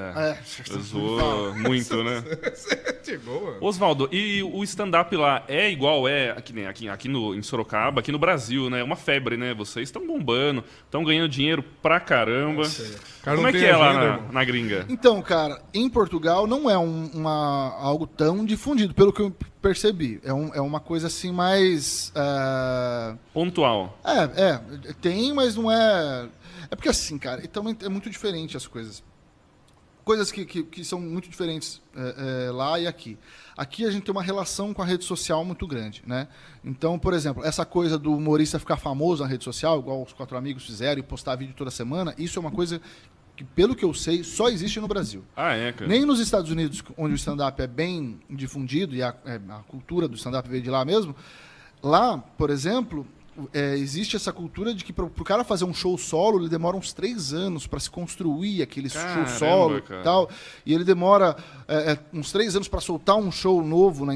Zoou muito, né? Chegou, mano. Osvaldo, e o stand-up lá é igual que nem aqui em Sorocaba, aqui no Brasil, né? Uma febre, né? Vocês estão bombando, estão ganhando dinheiro pra caramba. Cara, Como não é que tem é lá agenda, irmão. na gringa? Então, cara, em Portugal não é algo tão difundido, pelo que eu percebi. É uma coisa assim mais... Pontual. Tem, mas não é... É porque assim, cara, então é muito diferente as coisas. Coisas que são muito diferentes lá e aqui. Aqui a gente tem uma relação com a rede social muito grande, né? Então, por exemplo, essa coisa do humorista ficar famoso na rede social, igual os 4 amigos fizeram, e postar vídeo toda semana, isso é uma coisa que, pelo que eu sei, só existe no Brasil. Ah, é, cara? Nem nos Estados Unidos, onde o stand-up é bem difundido, e a cultura do stand-up veio de lá mesmo, lá, por exemplo... existe essa cultura de que para o cara fazer um show solo, ele demora uns 3 anos para se construir aquele show solo e tal. E ele demora uns 3 anos para soltar um show novo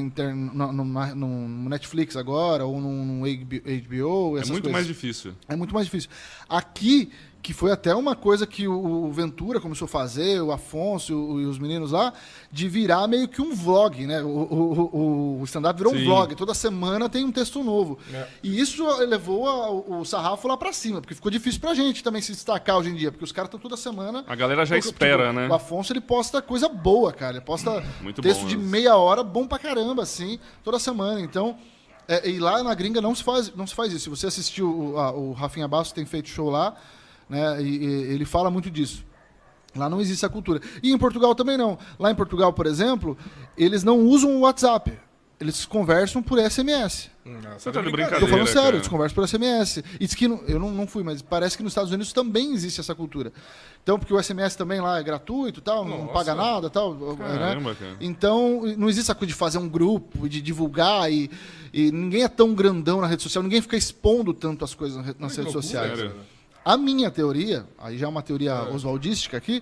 no Netflix agora, ou no HBO. É muito mais difícil. É muito mais difícil. Aqui, que foi até uma coisa que o Ventura começou a fazer, o Afonso e os meninos lá, de virar meio que um vlog, né? O stand-up virou um vlog. Toda semana tem um texto novo. E isso levou o sarrafo lá pra cima, porque ficou difícil pra gente também se destacar hoje em dia, porque os caras estão toda semana... A galera já espera, né? O Afonso, ele posta coisa boa, cara. Ele posta muito texto bom, de mas... meia hora, bom pra caramba, assim, toda semana. Então... e lá na gringa não se faz isso. Se você assistiu o Rafinha Bastos, tem feito show lá, né, e ele fala muito disso. Lá não existe essa cultura. E em Portugal também não. Lá em Portugal, por exemplo, eles não usam o WhatsApp. Eles conversam por SMS. Você tá de brincadeira, Tô falando sério, cara. eles conversam por SMS. E diz que eu não fui, mas parece que nos Estados Unidos também existe essa cultura. Então, porque o SMS também lá é gratuito e tal, não paga nada e tal. Caramba, né? cara. Então, não existe essa coisa de fazer um grupo, de divulgar e ninguém é tão grandão na rede social, ninguém fica expondo tanto as coisas nas redes sociais. sério. A minha teoria, aí já é uma teoria oswaldística aqui,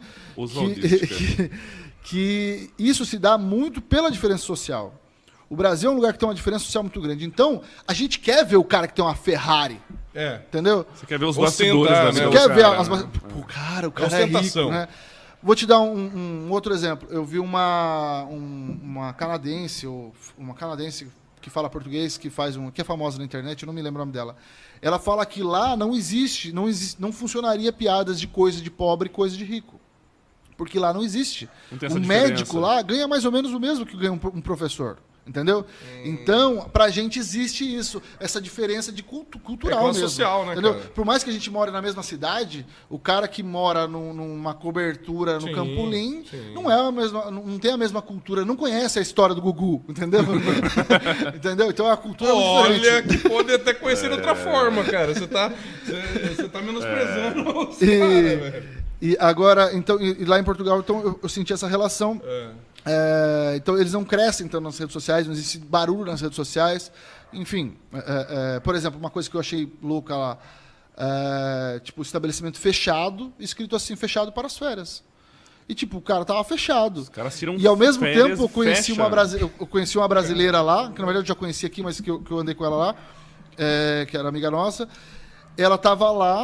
que isso se dá muito pela diferença social. O Brasil é um lugar que tem uma diferença social muito grande. Então, a gente quer ver o cara que tem uma Ferrari. Entendeu? Você quer ver os Ostentar, bastidores da né? vida Você do quer ver cara, as... né? Pô, o cara é rico, Ostentação. né? Vou te dar um outro exemplo. Eu vi uma canadense, que fala português, que é famosa na internet, eu não me lembro o nome dela. Ela fala que lá não funcionaria piadas de coisa de pobre e coisa de rico. Porque lá não existe. Não tem essa O diferença. médico lá ganha mais ou menos o mesmo que ganha um professor. Entendeu? Então, pra gente existe isso, essa diferença de cultural classe mesmo. social, né, entendeu? cara? Por mais que a gente more na mesma cidade, o cara que mora numa cobertura no Campolim não tem a mesma cultura, não conhece a história do Gugu, entendeu? Entendeu? Então a cultura é Olha, diferente. que pode até conhecer de outra forma, cara. Você tá menosprezando os caras, velho. E agora, então, e lá em Portugal, então, eu senti essa relação. Então, eles não crescem então, nas redes sociais, não existe barulho nas redes sociais. Enfim, por exemplo, uma coisa que eu achei louca lá, tipo, estabelecimento fechado, escrito assim, fechado para as férias. E, tipo, o cara tava fechado. Os caras tiram E, ao mesmo férias, tempo, eu conheci fecha. eu conheci uma brasileira lá, que, na verdade, eu já conheci aqui, mas que eu andei com ela lá, que era amiga nossa. Ela tava lá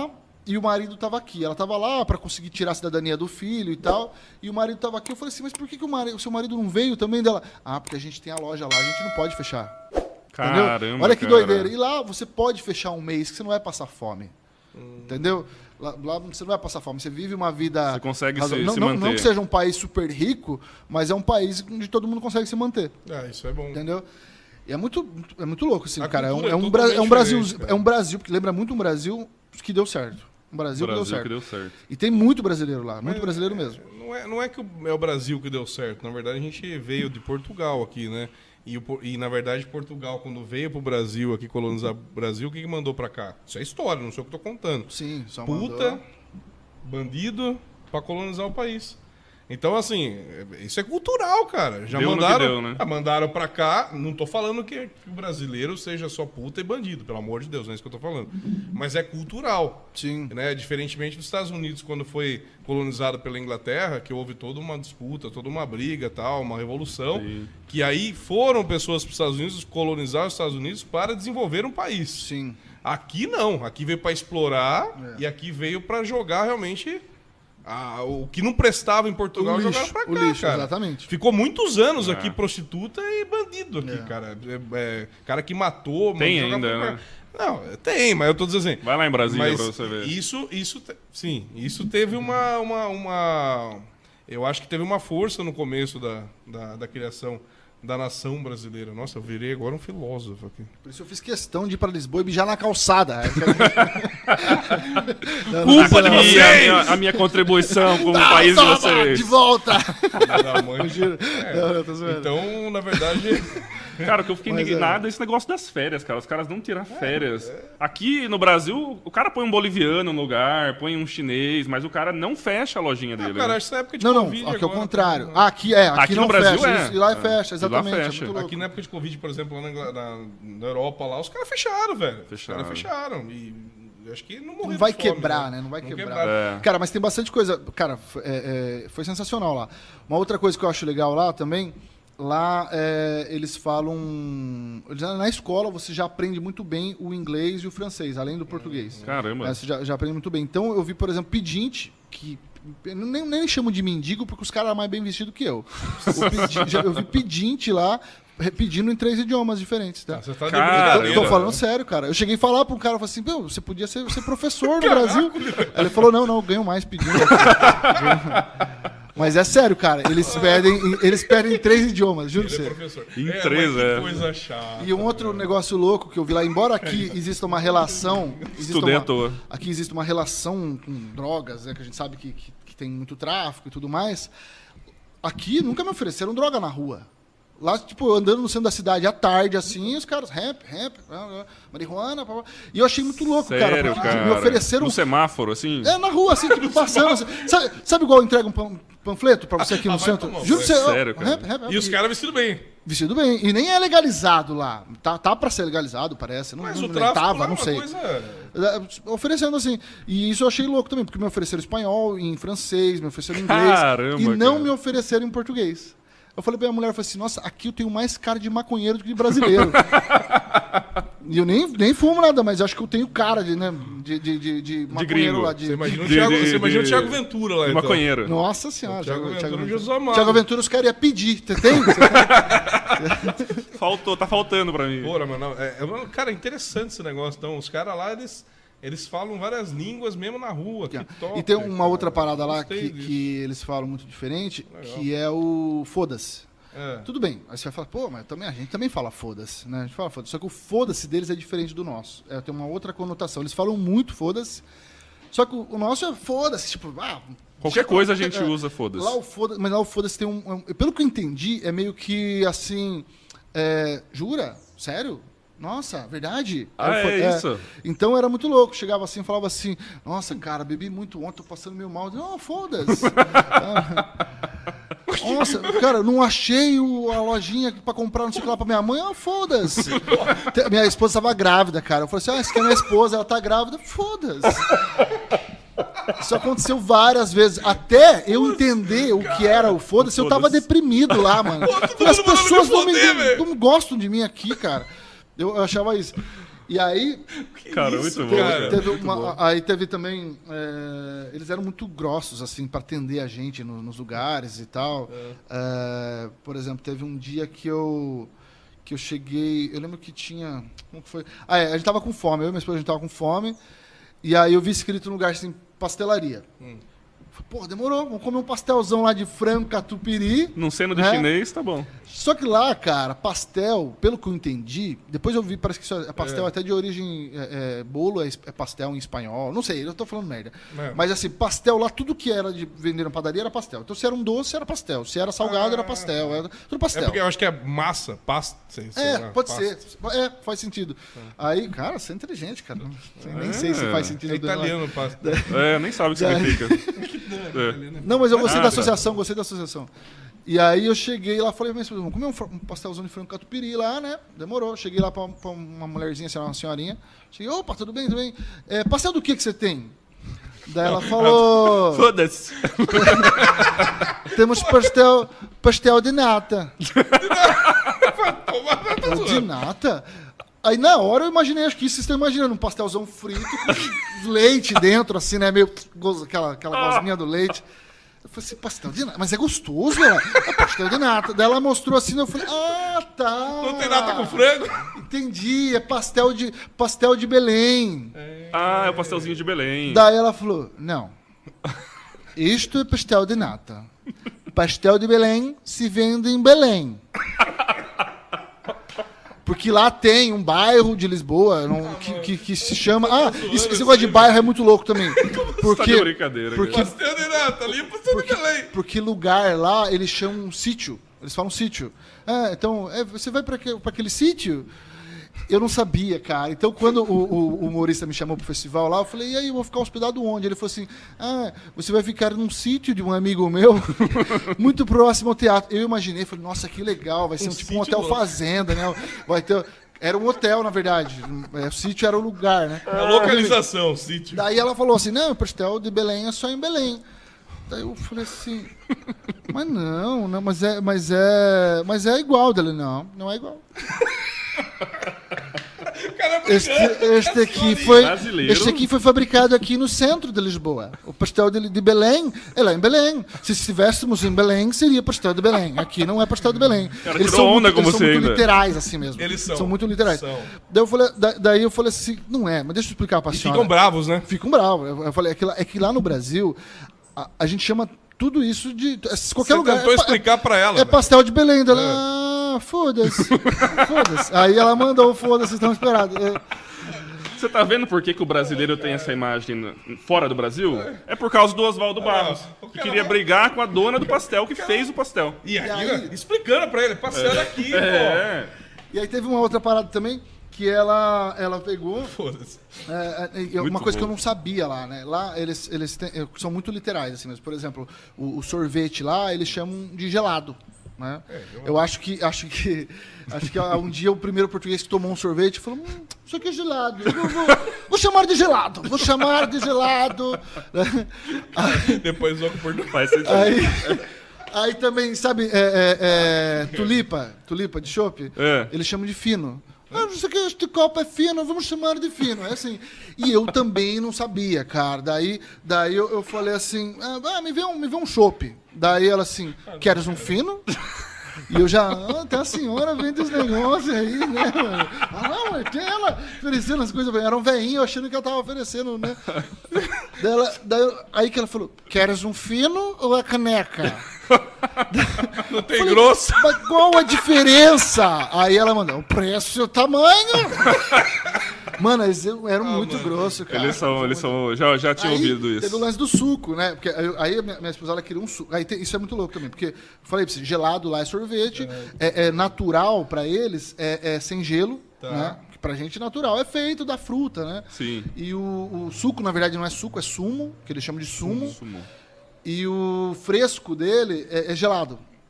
E o marido tava aqui. Ela tava lá pra conseguir tirar a cidadania do filho e tal. E o marido tava aqui. Eu falei assim, mas por que o seu marido não veio também dela? Ah, porque a gente tem a loja lá, a gente não pode fechar. Caramba, entendeu? Olha que cara. doideira. E lá você pode fechar um mês que você não vai passar fome. Entendeu? Lá você não vai passar fome. Você vive uma vida... Você consegue razoável. se Não manter. que seja um país super rico, mas é um país onde todo mundo consegue se manter. Isso é bom. Entendeu? E é muito louco, assim, A cara. cultura É um totalmente Brasil, diferente, cara. é um Brasil, porque lembra muito um Brasil que deu certo. Um Brasil, que deu certo. E tem muito brasileiro lá, muito brasileiro mesmo. Não é que é o Brasil que deu certo. Na verdade, a gente veio de Portugal aqui, né? E na verdade, Portugal, quando veio pro Brasil, aqui colonizar o Brasil, o que mandou pra cá? Isso é história, não sei o que eu tô contando. Sim, só Puta, mandou. bandido, pra colonizar o país. Então, assim, isso é cultural, cara. Já Deu no que mandaram, deu, né? mandaram pra cá. Não tô falando que o brasileiro seja só puta e bandido, pelo amor de Deus, não é isso que eu tô falando. Mas é cultural. Sim. Né? Diferentemente dos Estados Unidos, quando foi colonizado pela Inglaterra, que houve toda uma disputa, toda uma briga, tal, uma revolução, Sim. que aí foram pessoas para os Estados Unidos colonizar os Estados Unidos para desenvolver um país. Sim. Aqui não, aqui veio para explorar e aqui veio para jogar realmente o que não prestava em Portugal, O lixo, jogaram para cá, o lixo, cara. exatamente. Ficou muitos anos aqui prostituta e bandido aqui, cara. Cara que matou, Tem mandou jogar ainda, pra né? cá. Não, tem, mas eu tô dizendo assim. Vai lá em Brasília Mas pra você ver. isso teve uma. Eu acho que teve uma força no começo da criação da nação brasileira. Nossa, eu virei agora um filósofo aqui. Por isso eu fiz questão de ir pra Lisboa e mijar na calçada. Culpa de mim, a minha contribuição como país de vocês. De volta! Filho da mãe. Não, eu tô zoando. Então, na verdade. Cara, o que eu fiquei Mas indignado é esse negócio das férias, cara. Os caras não tiram férias. Aqui no Brasil, o cara põe um boliviano no lugar, põe um chinês, mas o cara não fecha a lojinha dele. Cara, né? essa época de Não, Covid. aqui é o agora, contrário. tá- Aqui Aqui não no Brasil fecha. é. E lá fecha, E lá exatamente. fecha. É muito louco. Aqui na época de Covid, por exemplo, lá na Europa, lá, os caras fecharam, velho. Fecharam. Os caras fecharam. E acho que não morreram Não vai de fome, quebrar, né? Não vai quebrar. quebraram. É. Cara, mas tem bastante coisa. Cara, foi sensacional lá. Uma outra coisa que eu acho legal lá também, lá eles falam... Na escola você já aprende muito bem o inglês e o francês, além do português. Caramba. Você já aprende muito bem. Então eu vi, por exemplo, pedinte, que... eu nem chamo de mendigo, porque os caras eram mais bem vestidos que eu. Eu vi pedinte lá, pedindo em 3 idiomas diferentes, tá? Você tá de Cara, brincadeira, Tô falando né? sério, cara. Eu cheguei a falar pra um cara, eu falei assim, meu, você podia ser professor no Brasil. Aí ele falou, não, eu ganho mais pedindo. Mas é sério, cara. Eles pedem em 3 idiomas, juro pra Ele é você. professor. Em mas 3, que coisa chata. E um outro negócio louco que eu vi lá, embora aqui exista uma relação... Estudei à toa. Aqui existe uma relação com drogas, né, que a gente sabe que tem muito tráfico e tudo mais. Aqui nunca me ofereceram droga na rua. Lá, tipo, andando no centro da cidade à tarde, assim, os caras, marihuana, e eu achei muito louco, Sério, porque cara. me ofereceram... No semáforo, assim? na rua, assim, tipo, passando, assim. Sabe igual entrega um panfleto pra você aqui no vai centro? tomar Juro pra você, Sério, cara. E os caras vestidos bem. vestido bem. E nem é legalizado lá. Tá pra ser legalizado, parece. Mas não o tráfico tava, lá é não uma sei. coisa... Oferecendo assim. E isso eu achei louco também, porque me ofereceram espanhol, em francês, me ofereceram inglês. Caramba, e não cara. me ofereceram em português. Eu falei pra minha mulher, eu falei assim, nossa, aqui eu tenho mais cara de maconheiro do que de brasileiro. E eu nem fumo nada, mas acho que eu tenho cara de maconheiro gringo. lá. Você imagina o De- Thiago, de- você imagina o de- Thiago Ventura lá, De então. maconheiro. Nossa senhora. Thiago Ventura e Jesus Amado. Thiago Ventura os caras iam pedir. Você tem? Tá faltando pra mim. Porra, mano. Cara, é interessante esse negócio. Então, os caras lá, eles falam várias línguas mesmo na rua. Que top, E tem uma cara. outra parada lá Gostei disso. que eles falam muito diferente, Legal. que é o foda-se. É. Tudo bem, aí você vai falar, pô, mas a gente também fala foda-se, né? A gente fala foda-se, só que o foda-se deles é diferente do nosso. Tem uma outra conotação. Eles falam muito foda-se, só que o nosso é foda-se, tipo, Qualquer coisa a gente usa, foda-se. Lá o foda-se, mas lá o foda-se tem pelo que eu entendi, é meio que assim, jura? Sério? Nossa, verdade? Isso. Então era muito louco. Chegava assim, falava assim, nossa, cara, bebi muito ontem, tô passando meio mal. Não, foda-se. Nossa, cara, não achei a lojinha pra comprar não sei o que lá pra minha mãe. Foda-se. Minha esposa estava grávida, cara. Eu falei assim, essa aqui é minha esposa, ela tá grávida. Foda-se. Isso aconteceu várias vezes. Até eu entender o que era o foda-se, eu tava deprimido lá, mano. As pessoas não gostam de mim aqui, cara. Eu achava isso. E aí, Cara, muito bom, cara? teve muito bom. aí teve também. Eles eram muito grossos, assim, pra atender a gente nos lugares e tal. Por exemplo, teve um dia que eu cheguei. Eu lembro que tinha. Como que foi? A gente tava com fome, eu e minha esposa, a gente tava com fome. E aí eu vi escrito no lugar assim, pastelaria. Falei, pô, demorou, vamos comer um pastelzão lá de frango catupiry. Não sendo de né? chinês, tá bom. Só que lá, cara, pastel, pelo que eu entendi, depois eu vi, parece que isso é pastel até de origem, bolo é pastel em espanhol, não sei, eu tô falando merda. Mas assim, pastel lá, tudo que era de vender na padaria era pastel. Então se era um doce, era pastel. Se era salgado, era pastel. Era tudo pastel. É porque eu acho que é massa, pasta. Sei lá, pode pasta. ser. Faz sentido. Aí, cara, você é inteligente, cara. Nem sei se faz sentido. É italiano, pasta. Nem sabe o que significa. Não, mas eu gostei da Nada. associação. E aí eu cheguei lá, falei, mas vamos comer um pastelzão de frango catupiry lá, né? Demorou. Cheguei lá pra uma mulherzinha, assim, uma senhorinha. Cheguei, opa, tudo bem, tudo bem. Pastel do que você tem? Daí ela falou, Foda-se. temos pastel de nata. De nata? Aí na hora eu imaginei, acho que isso vocês estão imaginando, um pastelzão frito com leite dentro, assim, né? Meio aquela gosminha do leite. Eu falei assim, pastel de nata, mas é gostoso, ela. É pastel de nata. Daí ela mostrou assim, eu falei, tá. Não tem nata com frango? Entendi, é pastel de Belém. É o pastelzinho de Belém. Daí ela falou, não, isto é pastel de nata. Pastel de Belém se vende em Belém. Porque lá tem um bairro de Lisboa que se chama... esse negócio de bairro é muito louco também. Tá de brincadeira. porque- cara. Pastel de nata, ali pastel de Belém. Porque lugar lá, eles chamam sítio. Eles falam sítio. Então, você vai para aquele sítio? Eu não sabia, cara. Então, quando o humorista me chamou pro festival lá, eu falei, e aí, eu vou ficar hospedado onde? Ele falou assim, você vai ficar num sítio de um amigo meu, muito próximo ao teatro. Eu imaginei, falei, nossa, que legal, vai ser tipo um hotel fazenda, né? Vai ter... Era um hotel, na verdade. O sítio era o lugar, né? A localização, sítio. Daí ela falou assim, não, o pastel de Belém é só em Belém. Daí eu falei assim, mas não, mas é igual dele, não é igual. Este aqui foi fabricado aqui no centro de Lisboa. O pastel de Belém é lá em Belém. Se estivéssemos em Belém, seria pastel de Belém. Aqui não é pastel de Belém. Cara, tirou onda com eles você são muito ainda. literais, assim mesmo. Eles são. muito literais. São. Daí eu falei assim, não é, mas deixa eu explicar pra E senhora. ficam bravos, né? Ficam bravos. Eu falei, é que lá no Brasil, a gente chama tudo isso de... Qualquer Você lugar. tentou explicar pra ela. É né? pastel de Belém. Ela, foda-se. Foda-se. Aí ela mandou, foda-se, estão esperados. Você tá vendo por que o brasileiro tem essa imagem fora do Brasil? É por causa do Oswaldo Barros, o que cara queria vai- brigar com a dona do pastel que fez o pastel. E aí, aí? explicando pra ele, pastel aqui, É. E aí teve uma outra parada também, que ela pegou... pô. Foda-se. uma Muito coisa que eu bom. não sabia lá, né? Lá eles são muito literais, assim mesmo. Por exemplo, o sorvete lá, eles chamam de gelado. Né? Eu acho que um dia o primeiro português que tomou um sorvete falou, isso aqui é gelado. Vou chamar de gelado. Depois vou pro português. Faz sentido. Aí também, sabe, tulipa de chopp, eles chamam de fino. Isso aqui, este copo é fino, vamos chamar de fino. É assim. E eu também não sabia, cara. Daí eu falei assim, me vê um chopp. Daí ela assim, queres um fino? E eu já, até a senhora vende os negócios aí, né, mano? Não, mas tem ela oferecendo as coisas. Era um velhinho achando que eu tava oferecendo, né? Aí que ela falou, queres um fino ou a caneca? Não tem grosso. Mas qual a diferença? Aí ela mandou, o preço e o tamanho. Mano, eles eram muito grossos, cara. Eles são. Já tinha ouvido isso. Teve o lance do suco, né? Porque aí a minha esposa ela queria um suco. Isso é muito louco também, porque eu falei pra você, gelado lá é sorvete, é natural pra eles, é sem gelo, né? Que pra gente natural é feito da fruta, né? Sim. E o suco, na verdade, não é suco, é sumo, que eles chamam de sumo. E o fresco dele é gelado.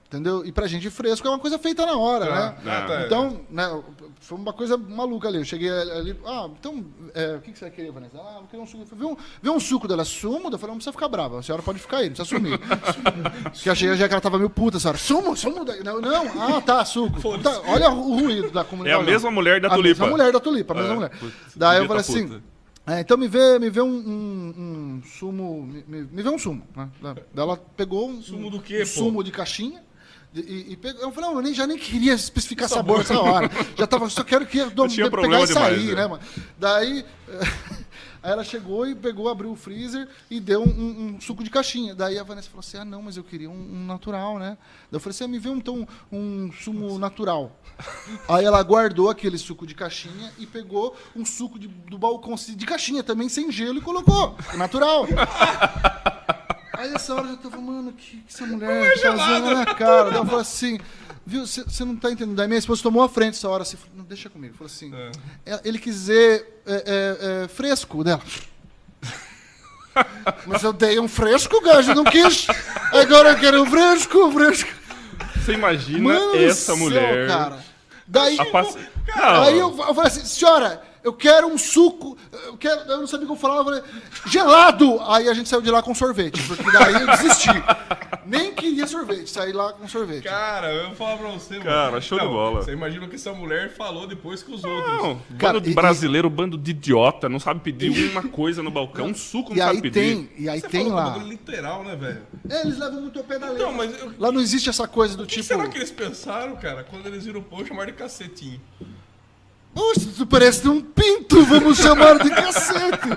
entendeu? E pra gente fresco é uma coisa feita na hora, né? Tá. Então, né, foi uma coisa maluca ali. Eu cheguei ali, então, o que você vai querer, Vanessa? Eu queria um suco. Vê um suco dela, sumo. Eu falei, não precisa ficar brava, a senhora pode ficar aí, não precisa sumir. Porque achei já que ela tava meio puta, a senhora, sumo. Não, tá, suco. Tá, olha o ruído da comunidade. É a mesma mulher da a tulipa. Mesma mulher da tulipa, a mesma mulher. Daí eu falei assim... então me vê um sumo. Me vê um sumo. Né? Daí ela pegou um Sumo do quê, pô? Sumo de caixinha. E pegou, eu falei, não, eu já nem queria especificar sabor nessa hora. Já tava, só quero que pegar e sair, né, mano? Daí. Aí ela chegou e pegou, abriu o freezer e deu um suco de caixinha. Daí a Vanessa falou assim, não, mas eu queria um natural, né? Daí eu falei assim, me vê então um sumo natural. Aí ela guardou aquele suco de caixinha e pegou um suco do balcão de caixinha também, sem gelo, e colocou. Natural. Aí essa hora eu já tava, mano, que essa mulher tá fazendo na minha cara? Daí eu falei assim, viu, você não tá entendendo. Daí minha esposa tomou a frente essa hora, assim, não, deixa comigo. Falou assim, ele quis dizer fresco dela. Mas eu dei um fresco, o gajo não quis. Agora eu quero um fresco. Você imagina Mano essa do céu, mulher... cara. Daí, Não. aí eu falei assim, senhora, eu quero um suco, eu não sabia o que eu falava, eu falei, gelado! Aí a gente saiu de lá com sorvete, porque daí eu desisti. Nem queria sorvete, saí lá com sorvete. Cara, eu vou falar pra você, Cara, mano. show de bola. Você imagina o que essa mulher falou depois que os outros. Não, Cara, bando de brasileiro, bando de idiota, não sabe pedir uma coisa no balcão, um suco não E sabe aí pedir. tem, Você tem falou lá. um bagulho literal, né, velho? Eles levam muito ao pé da letra. Não, mas Lá não existe essa coisa do o que tipo... será que eles pensaram, cara, quando eles viram o pão e chamaram de cacetinho? Poxa, tu parece um pinto, vamos chamar de cacete.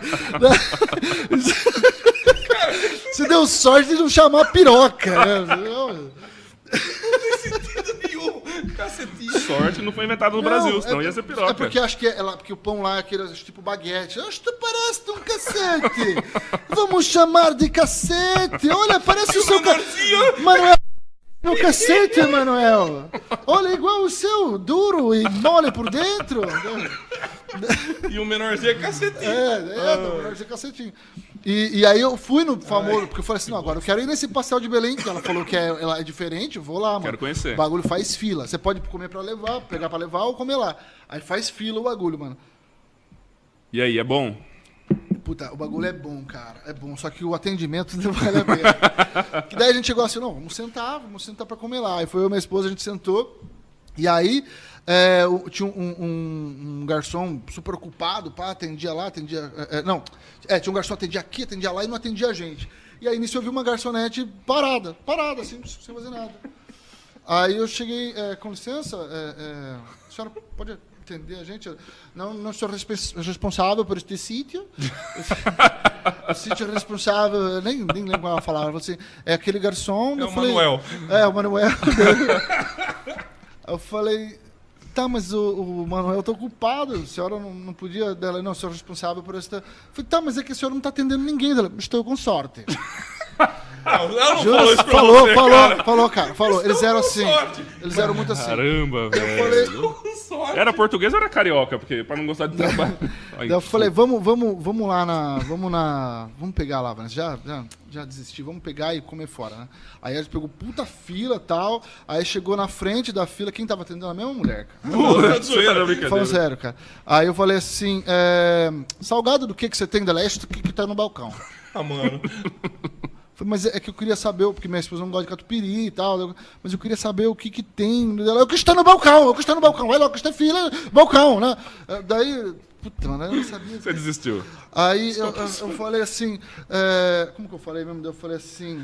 Você deu sorte de não chamar piroca. Né? Não tem sentido nenhum. Cacetinho. Sorte não foi inventado no Brasil, senão ia ser piroca. É porque acho que porque o pão lá é aquele tipo baguete. Acho que tu parece um cacete. Vamos chamar de cacete. Olha, parece o seu cacete. Manuel, meu cacete, Manuel. Olha, igual o seu, duro e mole por dentro. E o menorzinho é cacetinho. O menorzinho é cacetinho. E aí eu fui no famoso, porque eu falei assim, não, agora eu quero ir nesse pastel de Belém, que ela falou que ela é diferente, eu vou lá, mano. Quero conhecer. O bagulho faz fila. Você pode comer pra levar, pegar pra levar ou comer lá. Aí faz fila o bagulho, mano. E aí, é bom? Puta, o bagulho é bom, cara. É bom, só que o atendimento não vale a pena. Que daí a gente chegou assim, não, vamos sentar pra comer lá. Aí foi eu e minha esposa, a gente sentou. E aí tinha um garçom super ocupado, pá, atendia lá, atendia... tinha um garçom que atendia aqui, atendia lá e não atendia a gente. E aí nisso eu vi uma garçonete parada, assim, sem fazer nada. Aí eu cheguei, com licença, a senhora pode atender a gente? Não sou responsável por este sítio. O sítio é responsável, nem lembro qual ela falava. Ela falou assim, é aquele garçom... É o Manuel. O Manuel. Eu falei, tá, mas o Manuel tá ocupado, a senhora não podia... Dela, não, sou responsável por esta... Eu falei, tá, mas é que a senhora não tá atendendo ninguém. Dela, estou com sorte. Ela não Jura? falou isso pra você, cara. Falou. Eles eram assim. sorte. Eles eram muito assim. Caramba, velho. falei- Com sorte. Era português ou era carioca? Porque pra não gostar de trabalho. Daí eu falei, vamos lá vamos pegar lá, Vanessa. Já desisti, vamos pegar e comer fora, né? Aí a gente pegou puta fila e tal. Aí chegou na frente da fila, quem tava atendendo? A mesma mulher, cara. Você tá na brincadeira. Falando sério, cara. Aí eu falei assim, salgado do que você tem dela? Este que tá no balcão. Ah, mano. Falei, mas é que eu queria saber, porque minha esposa não gosta de catupiry e tal, mas eu queria saber o que tem. Ela, o que está no balcão, vai lá, o que está fila, balcão, né? Daí, puta, mano, eu não sabia. Você desistiu. Aí eu falei assim, como que eu falei mesmo? Eu falei assim,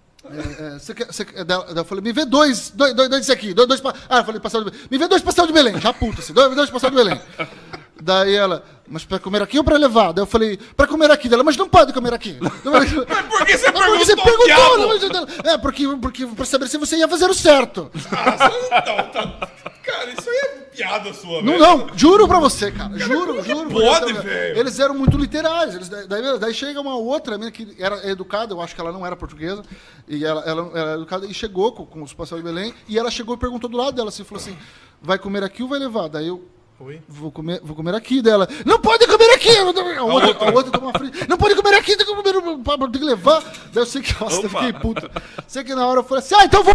daí eu falei, me vê dois desse aqui, eu falei, pastel de Belém. Me vê 2 pastel de Belém, já puta, assim, 2 pastel de Belém. Daí ela, mas pra comer aqui ou pra levar? Daí eu falei, pra comer aqui. Dela, mas não pode comer aqui. Mas por que você perguntou, Porque pra saber se você ia fazer o certo. Cara, isso aí é piada sua, velho. Não, juro pra você, cara. Juro. pode, velho? Eles eram muito literais. Daí chega uma outra menina que era educada, eu acho que ela não era portuguesa, e ela era educada, e chegou com os pastéis de Belém, e ela chegou e perguntou do lado dela, assim, falou assim, vai comer aqui ou vai levar? Daí eu, Oi? vou comer aqui dela. Não pode comer aqui! A outra toma uma frente. Não pode comer aqui, tem que levar. Daí eu sei que, nossa, eu fiquei puto. Sei que na hora eu falei assim, então vou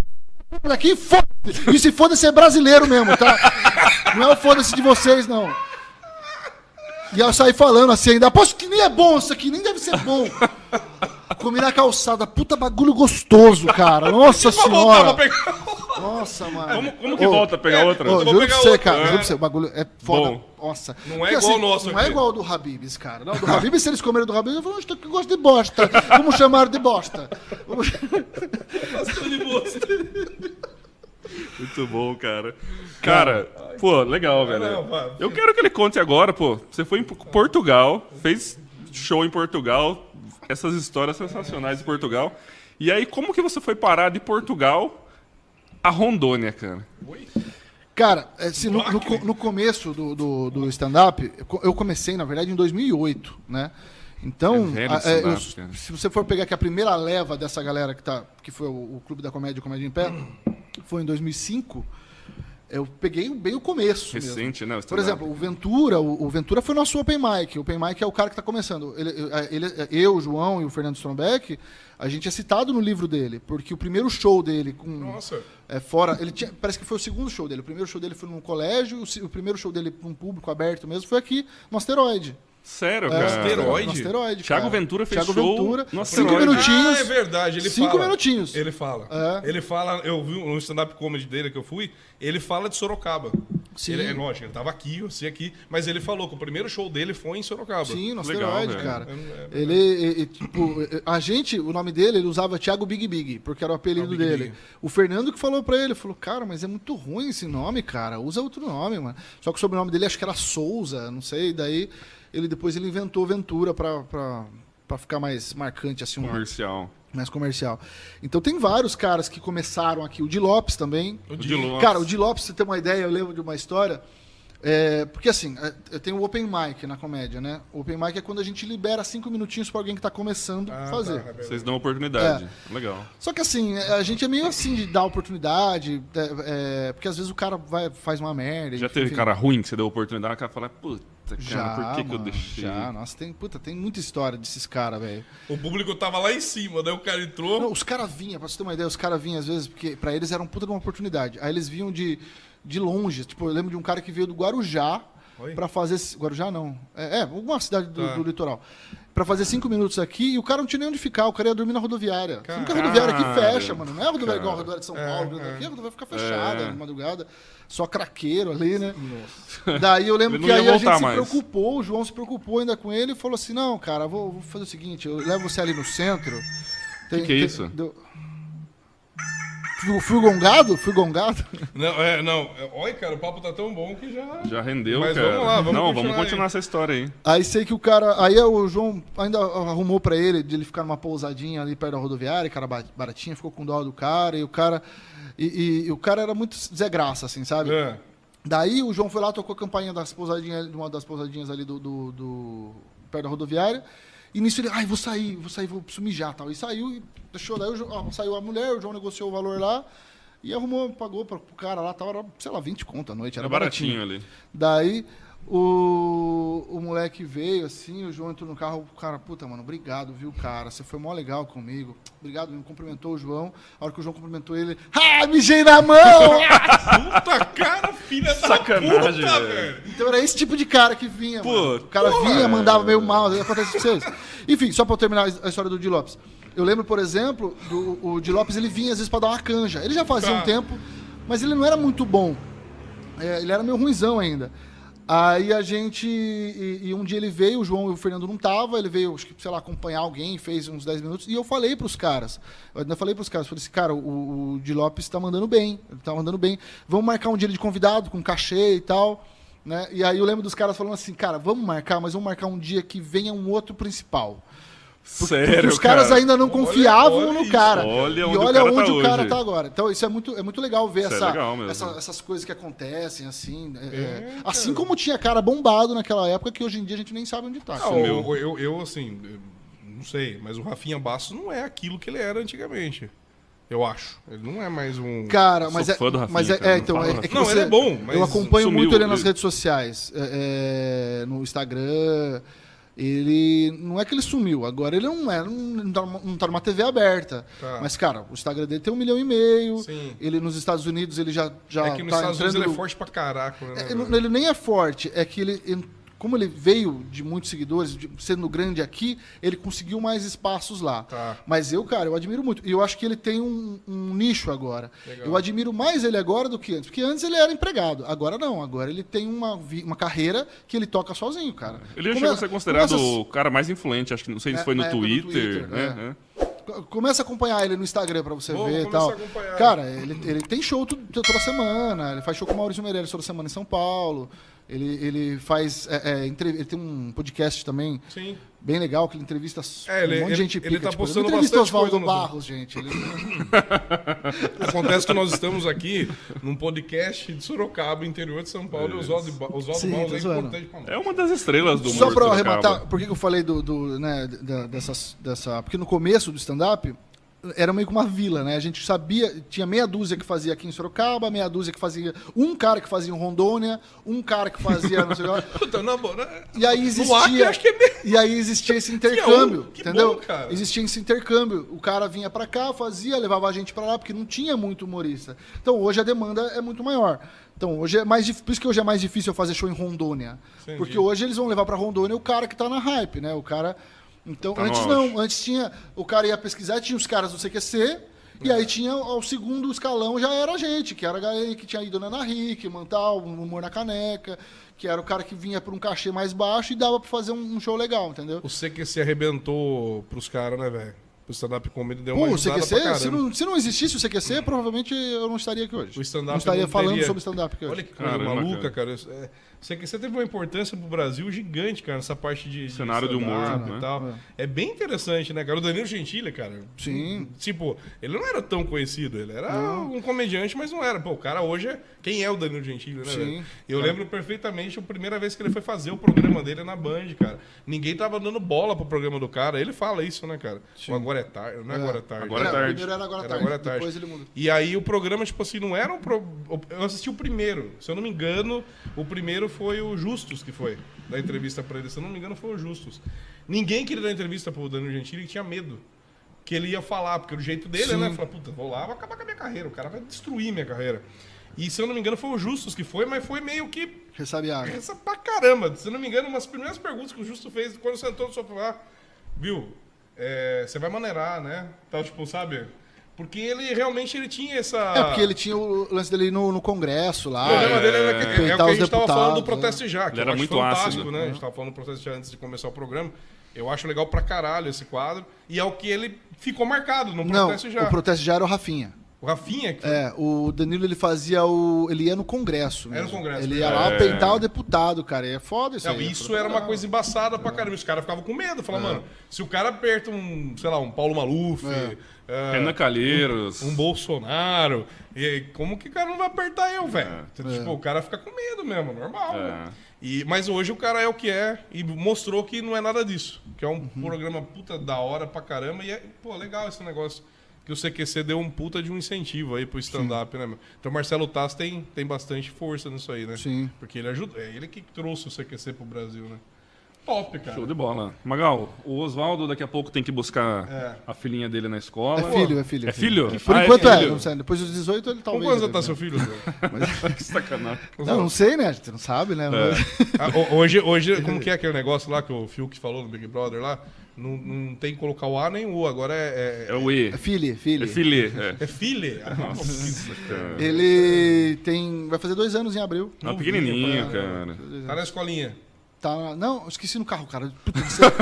aqui, foda-se. E se foda-se é brasileiro mesmo, tá? Não é o foda-se de vocês, não. E eu saí falando assim ainda, aposto que nem é bom isso aqui, nem deve ser bom. Comi na calçada, puta bagulho gostoso, cara. Nossa senhora. Nossa, mano. Como que volta a pegar outra? Juro pra você, cara. Juro pra você, o bagulho é foda. Bom. Nossa. Não é igual o nosso Não aqui. é igual ao do Habib's, cara. Não, do Habib's, se eles comerem do Habib's, eu falo, que eu gosto de bosta. Vamos chamar de bosta. Gosto de bosta. Muito bom, cara. Cara, pô, legal, velho. Eu quero que ele conte agora, pô. Você foi em Portugal, fez show em Portugal, essas histórias sensacionais de Portugal. E aí, como que você foi parar de Portugal a Rondônia, cara? Cara, assim, no começo do stand-up, eu comecei, na verdade, em 2008, né? Então, se você for pegar aqui a primeira leva dessa galera que foi o Clube da Comédia, Comédia em Pé, foi em 2005, eu peguei bem o começo recente, mesmo. Né? Por exemplo, o Ventura foi nosso Open Mic. O Open Mic é o cara que está começando. Eu, o João e o Fernando Strombeck, a gente é citado no livro dele, porque o primeiro show dele parece que foi o segundo show dele. O primeiro show dele foi num colégio, o primeiro show dele para um público aberto mesmo foi aqui no Asteroide. Sério, cara? Asteroide, Thiago Ventura fez show no Asteroide. 5 minutinhos. É verdade, ele 5 fala. minutinhos. Ele fala. Ele fala, eu vi no stand-up comedy dele que eu fui, ele fala de Sorocaba. Sim. Ele, lógico, ele tava aqui, eu sei aqui, mas ele falou que o primeiro show dele foi em Sorocaba. Sim, no Legal, Asteroide, velho. cara. A gente, o nome dele, ele usava Thiago Big Big, porque era o apelido Big dele. Big. O Fernando que falou pra ele, falou, cara, mas é muito ruim esse nome, cara, usa outro nome, mano. Só que o sobrenome dele acho que era Souza, não sei, daí depois ele inventou Ventura pra ficar mais marcante, assim, Comercial. mais comercial. Então tem vários caras que começaram aqui, o Di Lopes também. O Di Lopes. Cara, o Di Lopes, pra você ter uma ideia, eu lembro de uma história. Porque assim, eu tenho o Open Mic na comédia, né? O Open Mic é quando a gente libera 5 minutinhos pra alguém que tá começando fazer. Vocês dão oportunidade. Legal. Só que assim, a gente é meio assim de dar oportunidade, porque às vezes o cara faz uma merda. Já teve cara ruim que você deu oportunidade, o cara fala, puta, cara, por que eu deixei? Já, nossa, tem muita história desses caras, velho. O público tava lá em cima, daí o cara entrou. Não, os caras vinham, pra você ter uma ideia, os caras vinham às vezes, porque pra eles era um puta de uma oportunidade. Aí eles vinham de longe, tipo, eu lembro de um cara que veio do Guarujá pra fazer... Guarujá não, alguma cidade do litoral. Pra fazer 5 minutos aqui, e o cara não tinha nem onde ficar, o cara ia dormir na rodoviária. Sendo que a rodoviária aqui fecha, mano. Não é a rodoviária igual a rodoviária de São Paulo, aqui a rodoviária fica fechada na madrugada. Só craqueiro ali, né? Nossa. Daí eu lembro que aí a gente se preocupou, o João se preocupou ainda com ele e falou assim, não, cara, vou fazer o seguinte, eu levo você ali no centro. Que é isso? Fui gongado? Fui gongado? Não. Olha, cara, o papo tá tão bom que já rendeu, mas cara. Vamos lá, vamos continuar essa história aí. Aí sei que o cara... Aí o João ainda arrumou pra ele, de ele ficar numa pousadinha ali perto da rodoviária, cara baratinha, ficou com dó do cara, e o cara... E o cara era muito Zé Graça, assim, sabe? Daí o João foi lá, tocou a campainha das pousadinhas, de uma das pousadinhas ali do perto da rodoviária. E nisso ele, vou sair, vou preciso mijar, tal. E saiu, e deixou, daí saiu a mulher, o João negociou o valor lá e arrumou, pagou pro cara lá, tava, sei lá, 20 conto à noite, era baratinho ali. Daí o moleque veio assim, o João entrou no carro, o cara, puta, mano, obrigado, viu, cara, você foi mó legal comigo, obrigado, me cumprimentou o João, a hora que o João cumprimentou ele, mijei na mão! Puta cara, filha da sacanagem, puta, velho. Então era esse tipo de cara que vinha, mano. O cara vinha, mandava meio mal, acontece com vocês. Enfim, só pra eu terminar a história do Di Lopes. Eu lembro, por exemplo, o Di Lopes, ele vinha às vezes pra dar uma canja. Ele já fazia um tempo, mas ele não era muito bom. Ele era meio ruinzão ainda. Aí a gente... E um dia ele veio, o João e o Fernando não estavam, ele veio, acho que, sei lá, acompanhar alguém, fez uns 10 minutos, e eu falei pros caras, falei assim, cara, o Di Lopes tá mandando bem, vamos marcar um dia de convidado, com cachê e tal, né? E aí eu lembro dos caras falando assim, cara, vamos marcar, mas vamos marcar um dia que venha um outro principal. Porque os caras ainda não confiavam no cara. Olha onde o cara tá agora. Então isso é muito legal ver essas coisas que acontecem, assim. Assim como tinha cara bombado naquela época, que hoje em dia a gente nem sabe onde tá. Eu assim, não sei, mas o Rafinha Bastos não é aquilo que ele era antigamente. Eu acho. Ele não é mais um... Cara, mas Sou fã do Rafinha, que não, ele é bom, mas eu acompanho sumiu, muito ele nas redes sociais. No Instagram... ele não é que ele sumiu, agora ele não tá numa TV aberta. Tá. Mas, cara, o Instagram dele tem 1,5 milhão. Sim. Ele nos Estados Unidos ele já É que nos tá Estados Unidos ele é entrando... forte pra caraca, né? Ele nem é forte, é que como ele veio de muitos seguidores, sendo grande aqui, ele conseguiu mais espaços lá. Tá. Mas eu admiro muito. E eu acho que ele tem um nicho agora. Legal. Eu admiro mais ele agora do que antes. Porque antes ele era empregado. Agora não. Agora ele tem uma carreira que ele toca sozinho, cara. Ele já chegou a ser considerado o cara mais influente, acho que não sei se foi no na época do Twitter, né? Começa a acompanhar ele no Instagram pra você ver e começar tal. a acompanhar. Cara, ele tem show toda semana. Ele faz show com o Maurício Meirelles toda semana em São Paulo. Ele faz... ele tem um podcast também Sim. bem legal, que ele entrevista ele- um monte de gente ele pica. tá postando ele entrevista bastante Oswaldo coisa no- Barros, gente. Acontece que nós estamos aqui num podcast de Sorocaba, interior de São Paulo, e o Oswaldo Sim, Barros tô é zoando. importante pra nós. É uma das estrelas do Só humor pra de Sorocaba. arrematar, por que eu falei dessa... Porque no começo do stand-up, era meio que uma vila, né? A gente sabia, tinha meia dúzia que fazia aqui em Sorocaba, meia dúzia que fazia... Um cara que fazia em Rondônia, um cara que fazia... Não sei o que lá. Puta, na boa, né? E aí No Acre, existia, acho que é mesmo. e aí existia esse intercâmbio, Que entendeu? bom, cara. Existia esse intercâmbio. O cara vinha pra cá, fazia, levava a gente pra lá, porque não tinha muito humorista. Então hoje a demanda é muito maior. Então hoje é mais por isso que hoje é mais difícil eu fazer show em Rondônia. Entendi. Porque hoje eles vão levar pra Rondônia o cara que tá na hype, né? O cara... Então, Tá no antes auge. não, antes tinha... O cara ia pesquisar, tinha os caras do CQC, e aí tinha o segundo escalão, já era a gente, que era a galera que tinha ido na Ana Hick, Mantal, Humor na Caneca, que era o cara que vinha por um cachê mais baixo e dava pra fazer um show legal, entendeu? O CQC arrebentou pros caras, né, velho? O stand-up comedy deu uma Pô, o ajudada pra CQC, caramba. se não existisse o CQC, provavelmente eu não estaria aqui hoje. O stand-up não estaria não falando teria- sobre stand-up aqui hoje. Olha que coisa Caramba, maluca, cara. cara. O CQC teve uma importância pro Brasil gigante, cara, nessa parte de Cenário de humor, stand-up né? e tal. É bem interessante, né, cara? O Danilo Gentili, cara. Sim. Tipo, ele não era tão conhecido. Ele era um comediante, mas não era. Pô, o cara hoje é... Quem é o Danilo Gentili, né, Sim. velho? Eu lembro perfeitamente a primeira vez que ele foi fazer o programa dele na Band, cara. Ninguém tava dando bola pro programa do cara. Ele fala isso, né, cara? O Agora é Tarde. Não é Agora é Tarde. Agora é tarde. Primeiro era Agora é Era tarde, Agora é tarde. depois ele muda. E aí o programa, tipo assim, não era um... Eu assisti o primeiro. Se eu não me engano, o primeiro foi o Justus que foi. Da entrevista pra ele. Se eu não me engano, foi o Justus. Ninguém queria dar entrevista pro Danilo Gentili, que tinha medo. Que ele ia falar, porque o jeito dele, Sim. né? Falar, puta, vou lá, vou acabar com a minha carreira. O cara vai destruir minha carreira. E se eu não me engano, foi o Justus que foi, mas foi meio que... Ressabiado. Essa pra caramba. Se eu não me engano, umas primeiras perguntas que o Justo fez quando sentou no sofá, viu? Você vai maneirar, né? Tal, tipo, sabe? Porque ele realmente ele tinha essa... É, porque ele tinha o lance dele no Congresso lá. O problema dele era é o que peitar a os gente tava falando do deputados, Protesto Já, que Ele eu era acho muito fantástico, ácido. né? A gente tava falando do Protesto Já antes de começar o programa. Eu acho legal pra caralho esse quadro. E é o que ele ficou marcado no Não, Protesto Já. o Protesto Já era o Rafinha. O Rafinha, que O Danilo, ele fazia ele ia no Congresso Era no mesmo. Congresso, Ele ia verdade. lá peitar o deputado, cara. E é foda isso Não, aí. isso era uma coisa embaçada pra caramba. Os caras ficavam com medo. Falavam, mano, se o cara aperta sei lá, um Paulo Maluf, Renan Calheiros. um Bolsonaro, e aí, como que o cara não vai apertar eu, velho? É. Tipo, o cara fica com medo mesmo, normal. É. Né? Mas hoje o cara é o que é e mostrou que não é nada disso. Que é um programa puta da hora pra caramba e é, pô, legal esse negócio. Que o CQC deu um puta de um incentivo aí pro stand-up, né, meu? Então o Marcelo Taz tem bastante força nisso aí, né? Sim. Porque ele ajuda, é ele que trouxe o CQC pro Brasil, né? Top, cara. Show de bola. Magal, o Oswaldo daqui a pouco tem que buscar a filhinha dele na escola. É filho, é filho. É filho? Por Ah, enquanto é é. filho. Não sei, depois dos 18 ele Com talvez. quantos anos tá seu filho? Que sacanagem. Não sei, né? A gente não sabe, né? Hoje, como que é aquele negócio lá que o Fiuk falou no Big Brother lá? Não tem que colocar o A nem o U, agora É o E. É filho, filho. É filho. É. é filho. Nossa, cara. Ele vai fazer 2 anos em abril. Tá pequenininho, cara. Tá na escolinha. Tá, não, esqueci no carro, cara. Puta que céu.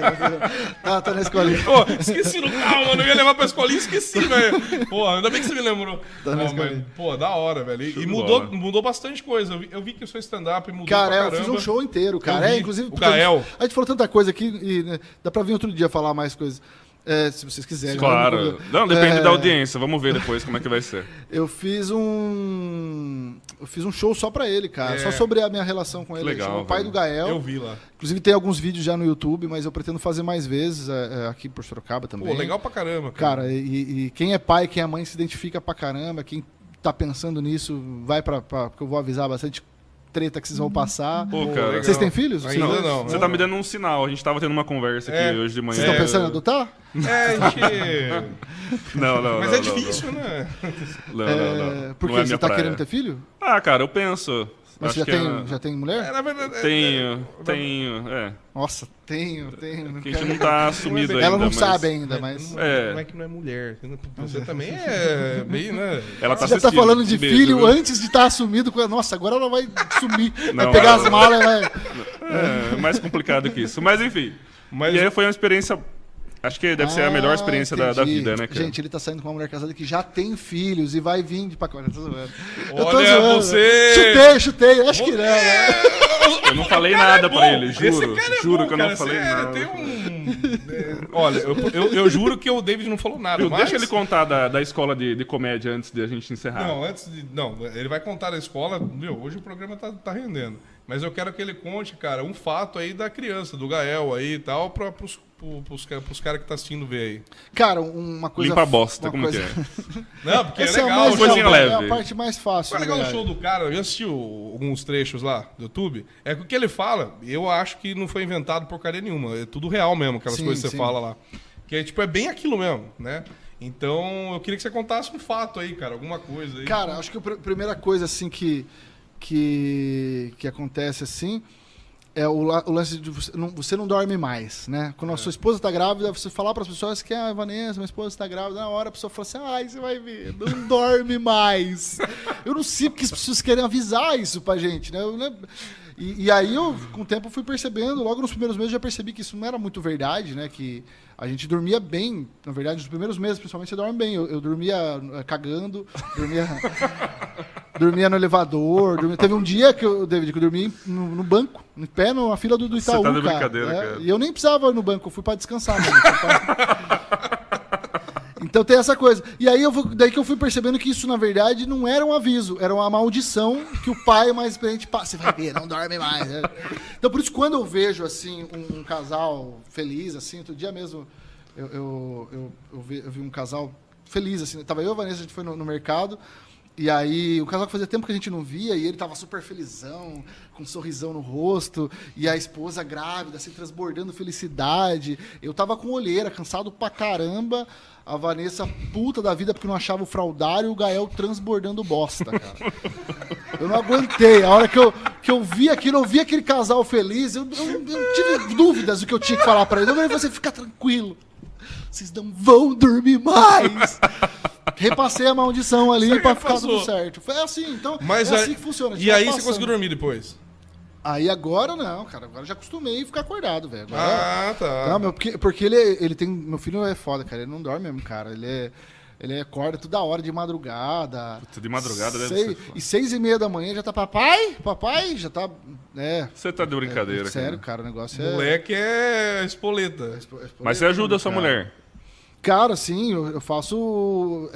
tá na escolinha. Pô, esqueci no carro, mano. Eu ia levar pra escolinha e esqueci, velho. Pô, ainda bem que você me lembrou. Tá na Não, mas, escolinha. pô, da hora, velho. Show E de mudou, bola. mudou bastante coisa. Eu vi que o seu stand-up mudou Cara, pra eu caramba. fiz um show inteiro, cara. Eu vi. Inclusive, O Gael. A gente falou tanta coisa aqui e né, dá pra vir outro dia falar mais coisas. Se vocês quiserem. Claro. Não, depende da audiência. Vamos ver depois como é que vai ser. Eu fiz um show só pra ele, cara. É. Só sobre a minha relação com ele. legal, Chama o pai velho. do Gael. Eu vi lá. Inclusive tem alguns vídeos já no YouTube, mas eu pretendo fazer mais vezes aqui por Sorocaba também. Pô, legal pra caramba. Cara, e quem é pai, quem é mãe se identifica pra caramba. Quem tá pensando nisso, vai porque eu vou avisar bastante treta que vocês vão passar. Pô, cara. legal. Vocês têm filhos? Ainda não. Você tá me dando um sinal. A gente tava tendo uma conversa aqui hoje de manhã. Vocês estão pensando em adotar? A gente... Não. Mas é difícil, né? Não. Por Não que é você minha tá praia. querendo ter filho? Ah, cara, eu penso. Mas Acho você que já tem mulher? Na verdade... Tenho. Nossa, tenho. Não Que a gente quero... não tá assumido ainda. Ela não mas sabe ainda, mas... Não é que não é mulher. Você também é bem, né? Ela tá Você já tá assistindo. falando de Beijo, filho viu? antes de estar assumido com... Nossa, agora ela vai sumir. Vai Não, pegar não. as malas e vai... É mais complicado que isso. Mas enfim. Mas E aí foi uma experiência. Acho que deve ser a melhor experiência da entendi. vida, né, cara? Gente, ele tá saindo com uma mulher casada que já tem filhos e vai vir de pacote. Eu tô zoando. Eu tô Olha, zoando. você- Chutei. Acho que não, né? Eu não falei nada pra ele, Esse juro. cara é Juro bom, que eu não cara. falei Você nada. tem olha, eu juro que o David não falou nada. Viu, Mas... deixa ele contar da escola de comédia antes de a gente encerrar. Não, ele vai contar da escola. Meu, hoje o programa tá rendendo. Mas eu quero que ele conte, cara, um fato aí da criança, do Gael aí e tal, pros caras que tá assistindo ver aí. Cara, uma coisa... Limpa a bosta, uma como coisa... que é? Não, porque Essa é legal. a mais coisinha legal, leve. É a parte mais fácil. O legal na do verdade. show do cara, eu já assisti alguns trechos lá do YouTube, é que o que ele fala, eu acho que não foi inventado porcaria nenhuma. É tudo real mesmo, aquelas Sim, coisas que sim. você fala lá. Que é, tipo, é bem aquilo mesmo, né? Então, eu queria que você contasse um fato aí, cara, alguma coisa aí. Cara, acho que a primeira coisa assim que acontece assim é o lance de você não dorme mais, né? Quando a sua esposa tá grávida, você falar para as pessoas que Vanessa, minha esposa está grávida, na hora a pessoa fala assim: "Ai, você vai ver, não dorme mais". Eu não sei porque as pessoas querem avisar isso pra gente, né? E aí eu, com o tempo, fui percebendo, logo nos primeiros meses eu já percebi que isso não era muito verdade, né? Que a gente dormia bem, na verdade, nos primeiros meses, principalmente, você dorme bem. Eu dormia cagando, dormia no elevador. Teve um dia que eu dormi no banco, em pé, na fila do Itaú, tá de cara. brincadeira, cara. E eu nem precisava ir no banco, eu fui pra descansar, mano. Então tem essa coisa. E aí daí que eu fui percebendo que isso, na verdade, não era um aviso, era uma maldição que o pai mais experiente passa. Você vai ver, não dorme mais. Né? Então por isso, quando eu vejo assim um casal feliz, assim, outro dia mesmo eu vi um casal feliz, assim. Tava eu e a Vanessa, a gente foi no mercado. E aí, o casal que fazia tempo que a gente não via, e ele tava super felizão, com um sorrisão no rosto, e a esposa grávida, assim, transbordando felicidade. Eu tava com olheira, cansado pra caramba, a Vanessa puta da vida porque não achava o fraldário e o Gael transbordando bosta, cara. Eu não aguentei. A hora que eu vi aquilo, eu vi aquele casal feliz, eu tive dúvidas do que eu tinha que falar pra ele. Eu falei: "Você fica tranquilo, vocês não vão dormir mais". Repassei a maldição ali Você pra ficar repassou. tudo certo. Foi assim, então Mas é assim que funciona. a gente E vai aí você passando. conseguiu dormir depois? Aí agora não, cara. Agora eu já acostumei a ficar acordado, velho. Agora... Ah, tá. Não, porque ele tem... Meu filho é foda, cara. Ele não dorme mesmo, cara. Ele acorda toda hora de madrugada. Puta, de madrugada deve ser foda. E 6:30 da manhã já tá papai, já tá... Você tá de brincadeira, sério, cara. cara, o negócio Moleque é espoleta. Mas você ajuda a sua mulher. Cara, sim, eu faço.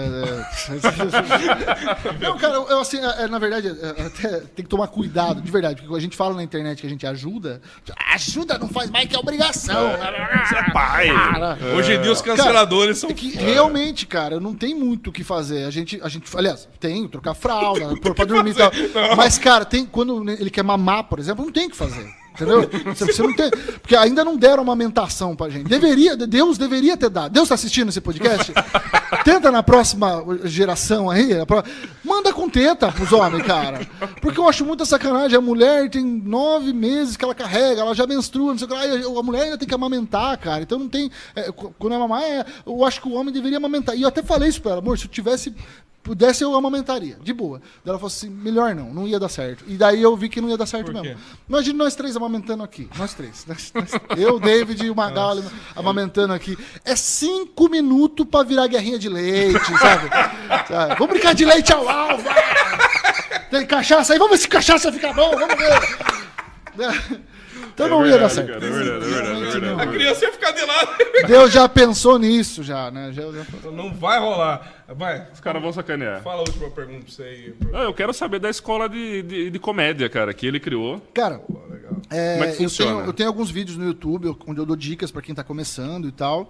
Não, cara, eu assim, na verdade, até tem que tomar cuidado, de verdade, porque quando a gente fala na internet que a gente ajuda não faz mais que obrigação. Você é pai. Cara, Hoje em dia os canceladores são... é que realmente, cara, não tem muito o que fazer. A gente aliás, tem, trocar fralda, pôr pra dormir e tal. Mas, cara, quando ele quer mamar, por exemplo, não tem o que fazer. Entendeu? Você não tem. Porque ainda não deram amamentação pra gente. Deus deveria ter dado. Deus tá assistindo esse podcast? Tenta na próxima geração aí. Manda com teta pros homens, cara. Porque eu acho muita sacanagem. A mulher tem 9 meses que ela carrega, ela já menstrua, não sei o que lá. A mulher ainda tem que amamentar, cara. Então não tem. Quando é mamar, eu acho que o homem deveria amamentar. E eu até falei isso pra ela, amor, se eu pudesse, eu amamentaria, de boa. Daí ela falou assim: melhor não ia dar certo. E daí eu vi que não ia dar certo Por quê? mesmo. Imagina nós três amamentando aqui. Nós três. Eu, David e o Magali amamentando aqui. É 5 minutos pra virar guerrinha de leite, sabe? Vamos brincar de leite ao alvo. Tem cachaça aí, vamos ver se cachaça fica bom, vamos ver. Então não ia dar certo. Cara, é verdade. A criança ia ficar de lado. Deus já pensou nisso, já, né? Não vai rolar. Vai. Os caras vão sacanear. Fala a última pergunta pra você aí. Eu quero saber da escola de comédia, cara, que ele criou. Cara, Legal. Como é que funciona? eu tenho alguns vídeos no YouTube onde eu dou dicas pra quem tá começando e tal.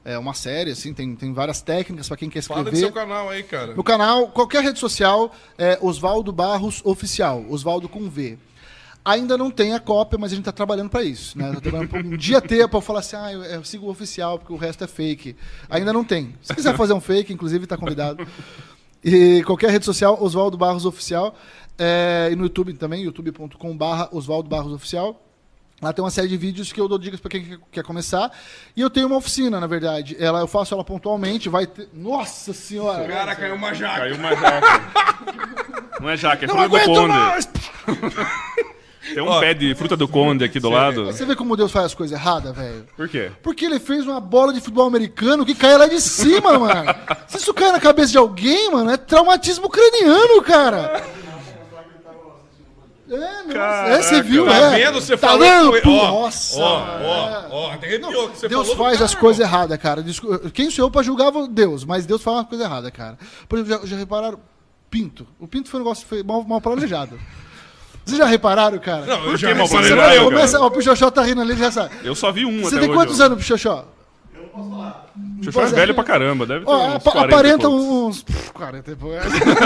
uma série, assim, tem várias técnicas para quem quer escrever. Fala do seu canal aí, cara. Meu canal, qualquer rede social, é Oswaldo Barros Oficial, Oswaldo com V. Ainda não tem a cópia, mas a gente tá trabalhando para isso, né? Tá trabalhando pra um dia ter para eu falar assim, eu sigo o oficial, porque o resto é fake. Ainda não tem. Se quiser fazer um fake, inclusive, tá convidado. E qualquer rede social, Oswaldo Barros Oficial. E no YouTube também, youtube.com/Oswaldo Barros Oficial. Lá tem uma série de vídeos que eu dou dicas para quem quer começar. E eu tenho uma oficina, na verdade. Eu faço ela pontualmente, vai ter... Nossa senhora! Cara, caiu uma jaca. Caiu uma jaca. Não é jaca, é Não fruta do aguento conde. mais! Tem um pé de fruta do conde aqui do lado. Você vê como Deus faz as coisas erradas, velho? Por quê? Porque ele fez uma bola de futebol americano que cai lá de cima, mano. Se isso cair na cabeça de alguém, mano, é traumatismo craniano, cara. Você viu, Tá vendo? Você tá falou vendo? que foi... Nossa. Até arrepiou que você Deus falou. faz as coisas erradas, cara. Quem sou eu pra julgar Deus? Mas Deus faz uma coisa errada, cara. Por exemplo, já repararam? Pinto. O pinto foi um negócio que foi mal planejado. Vocês já repararam, cara? Não, eu Por já que mal reparei. planejado? Começa, ó, o Pichochó tá rindo ali, ele já sabe. Eu só vi um Você até tem hoje. quantos anos, Pichochó? O Xuxa é velho pra caramba, deve ter Ó, uns 40 aparenta e poucos. uns... 40 e poucos.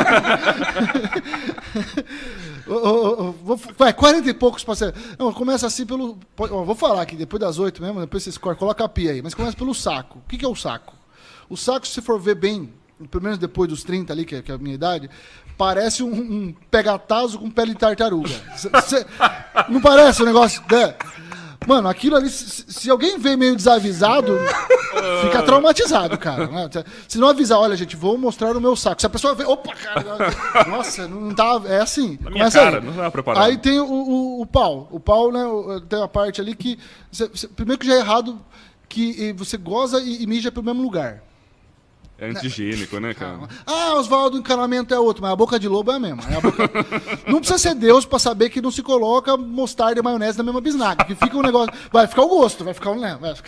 Vai, 40 e poucos pra ser... Não, começa assim pelo... Vou falar aqui, depois das 8 mesmo, depois vocês coloca a pia aí. Mas começa pelo saco. O que é o saco? O saco, se for ver bem, pelo menos depois dos 30 ali, que é a minha idade, parece um pegatazo com pele de tartaruga. Não parece um negócio... Mano, aquilo ali, se alguém vem meio desavisado, fica traumatizado, cara. Né? Se não avisar, olha, gente, vou mostrar o meu saco. Se a pessoa vê, opa, cara, nossa, não tá. É assim. Na minha Começa cara, aí. não tava preparado. Aí tem o pau. O pau, né? Tem a parte ali que. Primeiro que já é errado que você goza e mija pelo mesmo lugar. É anti-higiênico, né, cara? Oswaldo, o encanamento é outro, mas a boca de lobo é a mesma. Não precisa ser Deus pra saber que não se coloca mostarda e maionese na mesma bisnaga, que fica um negócio... Vai ficar o gosto, vai ficar um...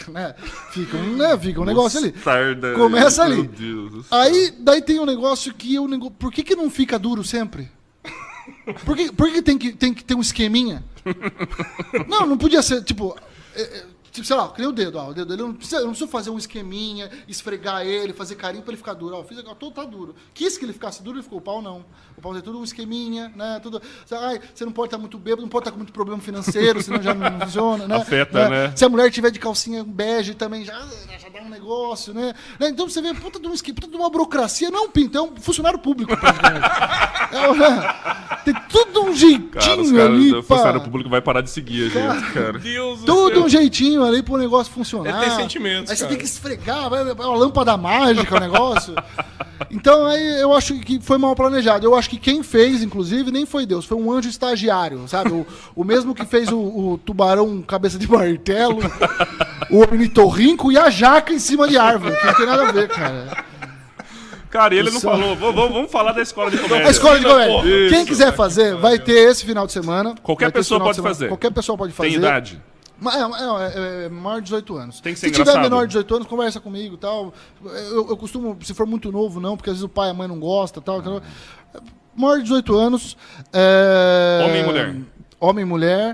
Fica um negócio ali. Mostarda, Começa ali. Meu Deus. Aí, daí tem um negócio que... Por que não fica duro sempre? Por que tem que ter um esqueminha? Não podia ser, tipo... Tipo, sei lá, que nem o dedo. O dedo, eu não preciso fazer um esqueminha, esfregar ele, fazer carinho pra ele ficar duro. Fiz agora, todo tá duro. Quis que ele ficasse duro, ele ficou. O pau não. O pau tem tudo um esqueminha, né? Tudo. Você não pode estar muito bêbado, não pode estar com muito problema financeiro, senão já não funciona, né? Afeta, né? Se a mulher tiver de calcinha bege também, já dá um negócio, né? Então você vê, puta de uma burocracia, não é um pinto, é um funcionário público, praticamente. Tem tudo um jeitinho Cara, os ali. O funcionário público vai parar de seguir a gente, cara. Deus do Tudo céu. um jeitinho ali pro negócio funcionar. É ter sentimentos, Aí você cara. tem que esfregar, é uma lâmpada mágica o negócio. Então aí eu acho que foi mal planejado. Eu acho que quem fez, inclusive, nem foi Deus, foi um anjo estagiário, sabe? O mesmo que fez o tubarão cabeça de martelo, o ornitorrinco e a jaca em cima de árvore, que não tem nada a ver, cara. Cara, e ele não falou. Vamos falar da escola de comédia. A escola de comédia. Isso, Quem quiser fazer, vai ter esse final de semana. Qualquer Vai ter esse pessoa final de pode semana. fazer. Qualquer pessoa pode fazer. Tem idade? É maior de 18 anos. Tem que ser Se tiver engraçado. menor de 18 anos, conversa comigo e tal. Eu costumo, se for muito novo, não, porque às vezes o pai e a mãe não gostam e tal. Então, maior de 18 anos. Homem e mulher. Homem e mulher.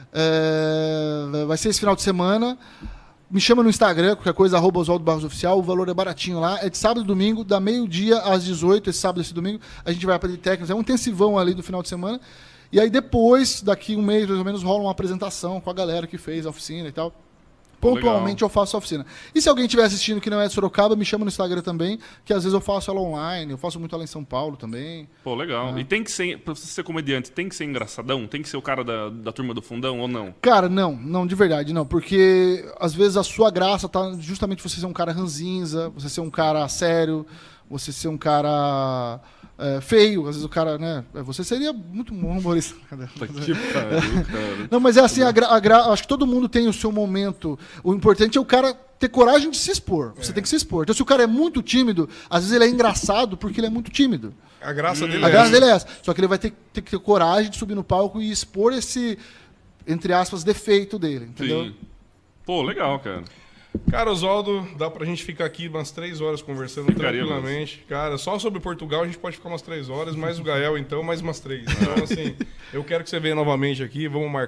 Vai ser esse final de semana. Me chama no Instagram, qualquer coisa, @Oswaldo Barros Oficial. O valor é baratinho lá. É de sábado e domingo, da meio-dia às 18, esse sábado e esse domingo. A gente vai aprender técnicas. É um intensivão ali do final de semana. E aí depois, daqui um mês, mais ou menos, rola uma apresentação com a galera que fez a oficina e tal. Pontualmente eu faço a oficina. E se alguém estiver assistindo que não é de Sorocaba, me chama no Instagram também, que às vezes eu faço ela online, eu faço muito ela em São Paulo também. Pô, legal. E tem que ser, pra você ser comediante, tem que ser engraçadão? Tem que ser o cara da turma do fundão ou não? Cara, não, de verdade, não. Porque às vezes a sua graça tá justamente você ser um cara ranzinza, você ser um cara sério, você ser um cara feio. Às vezes o cara, né? Você seria muito bom humorista. Tá que pariu, cara. Não, mas é assim, acho que todo mundo tem o seu momento. O importante é o cara ter coragem de se expor. Você tem que se expor. Então, se o cara é muito tímido, às vezes ele é engraçado porque ele é muito tímido. A graça dele A é graça essa. dele é essa. Só que ele vai ter que ter coragem de subir no palco e expor esse, entre aspas, defeito dele. Entendeu? Sim. Pô, legal, cara. Cara, Oswaldo, dá pra gente ficar aqui umas 3 horas conversando Ficaria tranquilamente. Cara, só sobre Portugal a gente pode ficar umas 3 horas, mais o Gael então, mais umas 3. Então, assim, eu quero que você venha novamente aqui, vamos marcar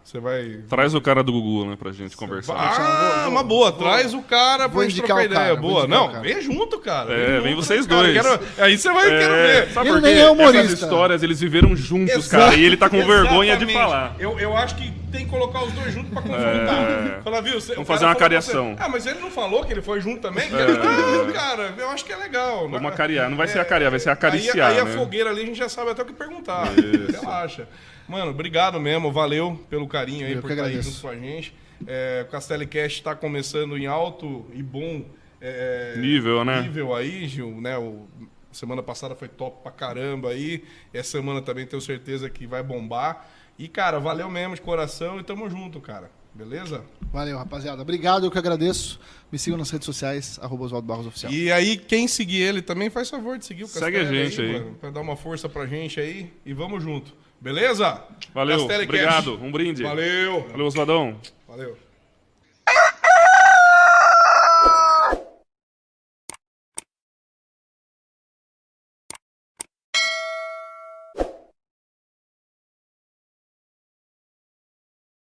Você vai... Traz o cara do Gugu, né, pra gente conversar. Ah, uma boa. Traz o cara pra gente trocar ideia. Boa. Não, vem junto, cara. Vem vocês dois. Aí você vai querer ver. Sabe Ele por quê? nem é humorista. Essas histórias, eles viveram juntos, cara. E ele tá com vergonha de falar. Eu acho que tem que colocar os dois juntos pra confrontar. Fala, viu? Vamos fazer uma cariação. Mas ele não falou que ele foi junto também? Não, cara, eu acho que é legal. Vamos acariar. Não vai ser acariar, vai ser acariciar. Aí a né? fogueira ali a gente já sabe até o que perguntar. Relaxa. Mano, obrigado mesmo, valeu pelo carinho aí por estar aí junto com a gente. O Castelli Cast está começando em alto e bom nível, né? Nível aí, Gil, né? Semana passada foi top pra caramba aí. Essa semana também tenho certeza que vai bombar. E, cara, valeu mesmo de coração e tamo junto, cara. Beleza? Valeu, rapaziada. Obrigado, eu que agradeço. Me sigam nas redes sociais, @Oswaldo Barros Oficial. E aí, quem seguir ele também, faz favor de seguir o Castelli. Segue a gente aí. Mano, pra dar uma força pra gente aí. E vamos junto. Beleza? Valeu, Castelli obrigado. Cast. Um brinde. Valeu. Valeu, Osvaldão. Valeu.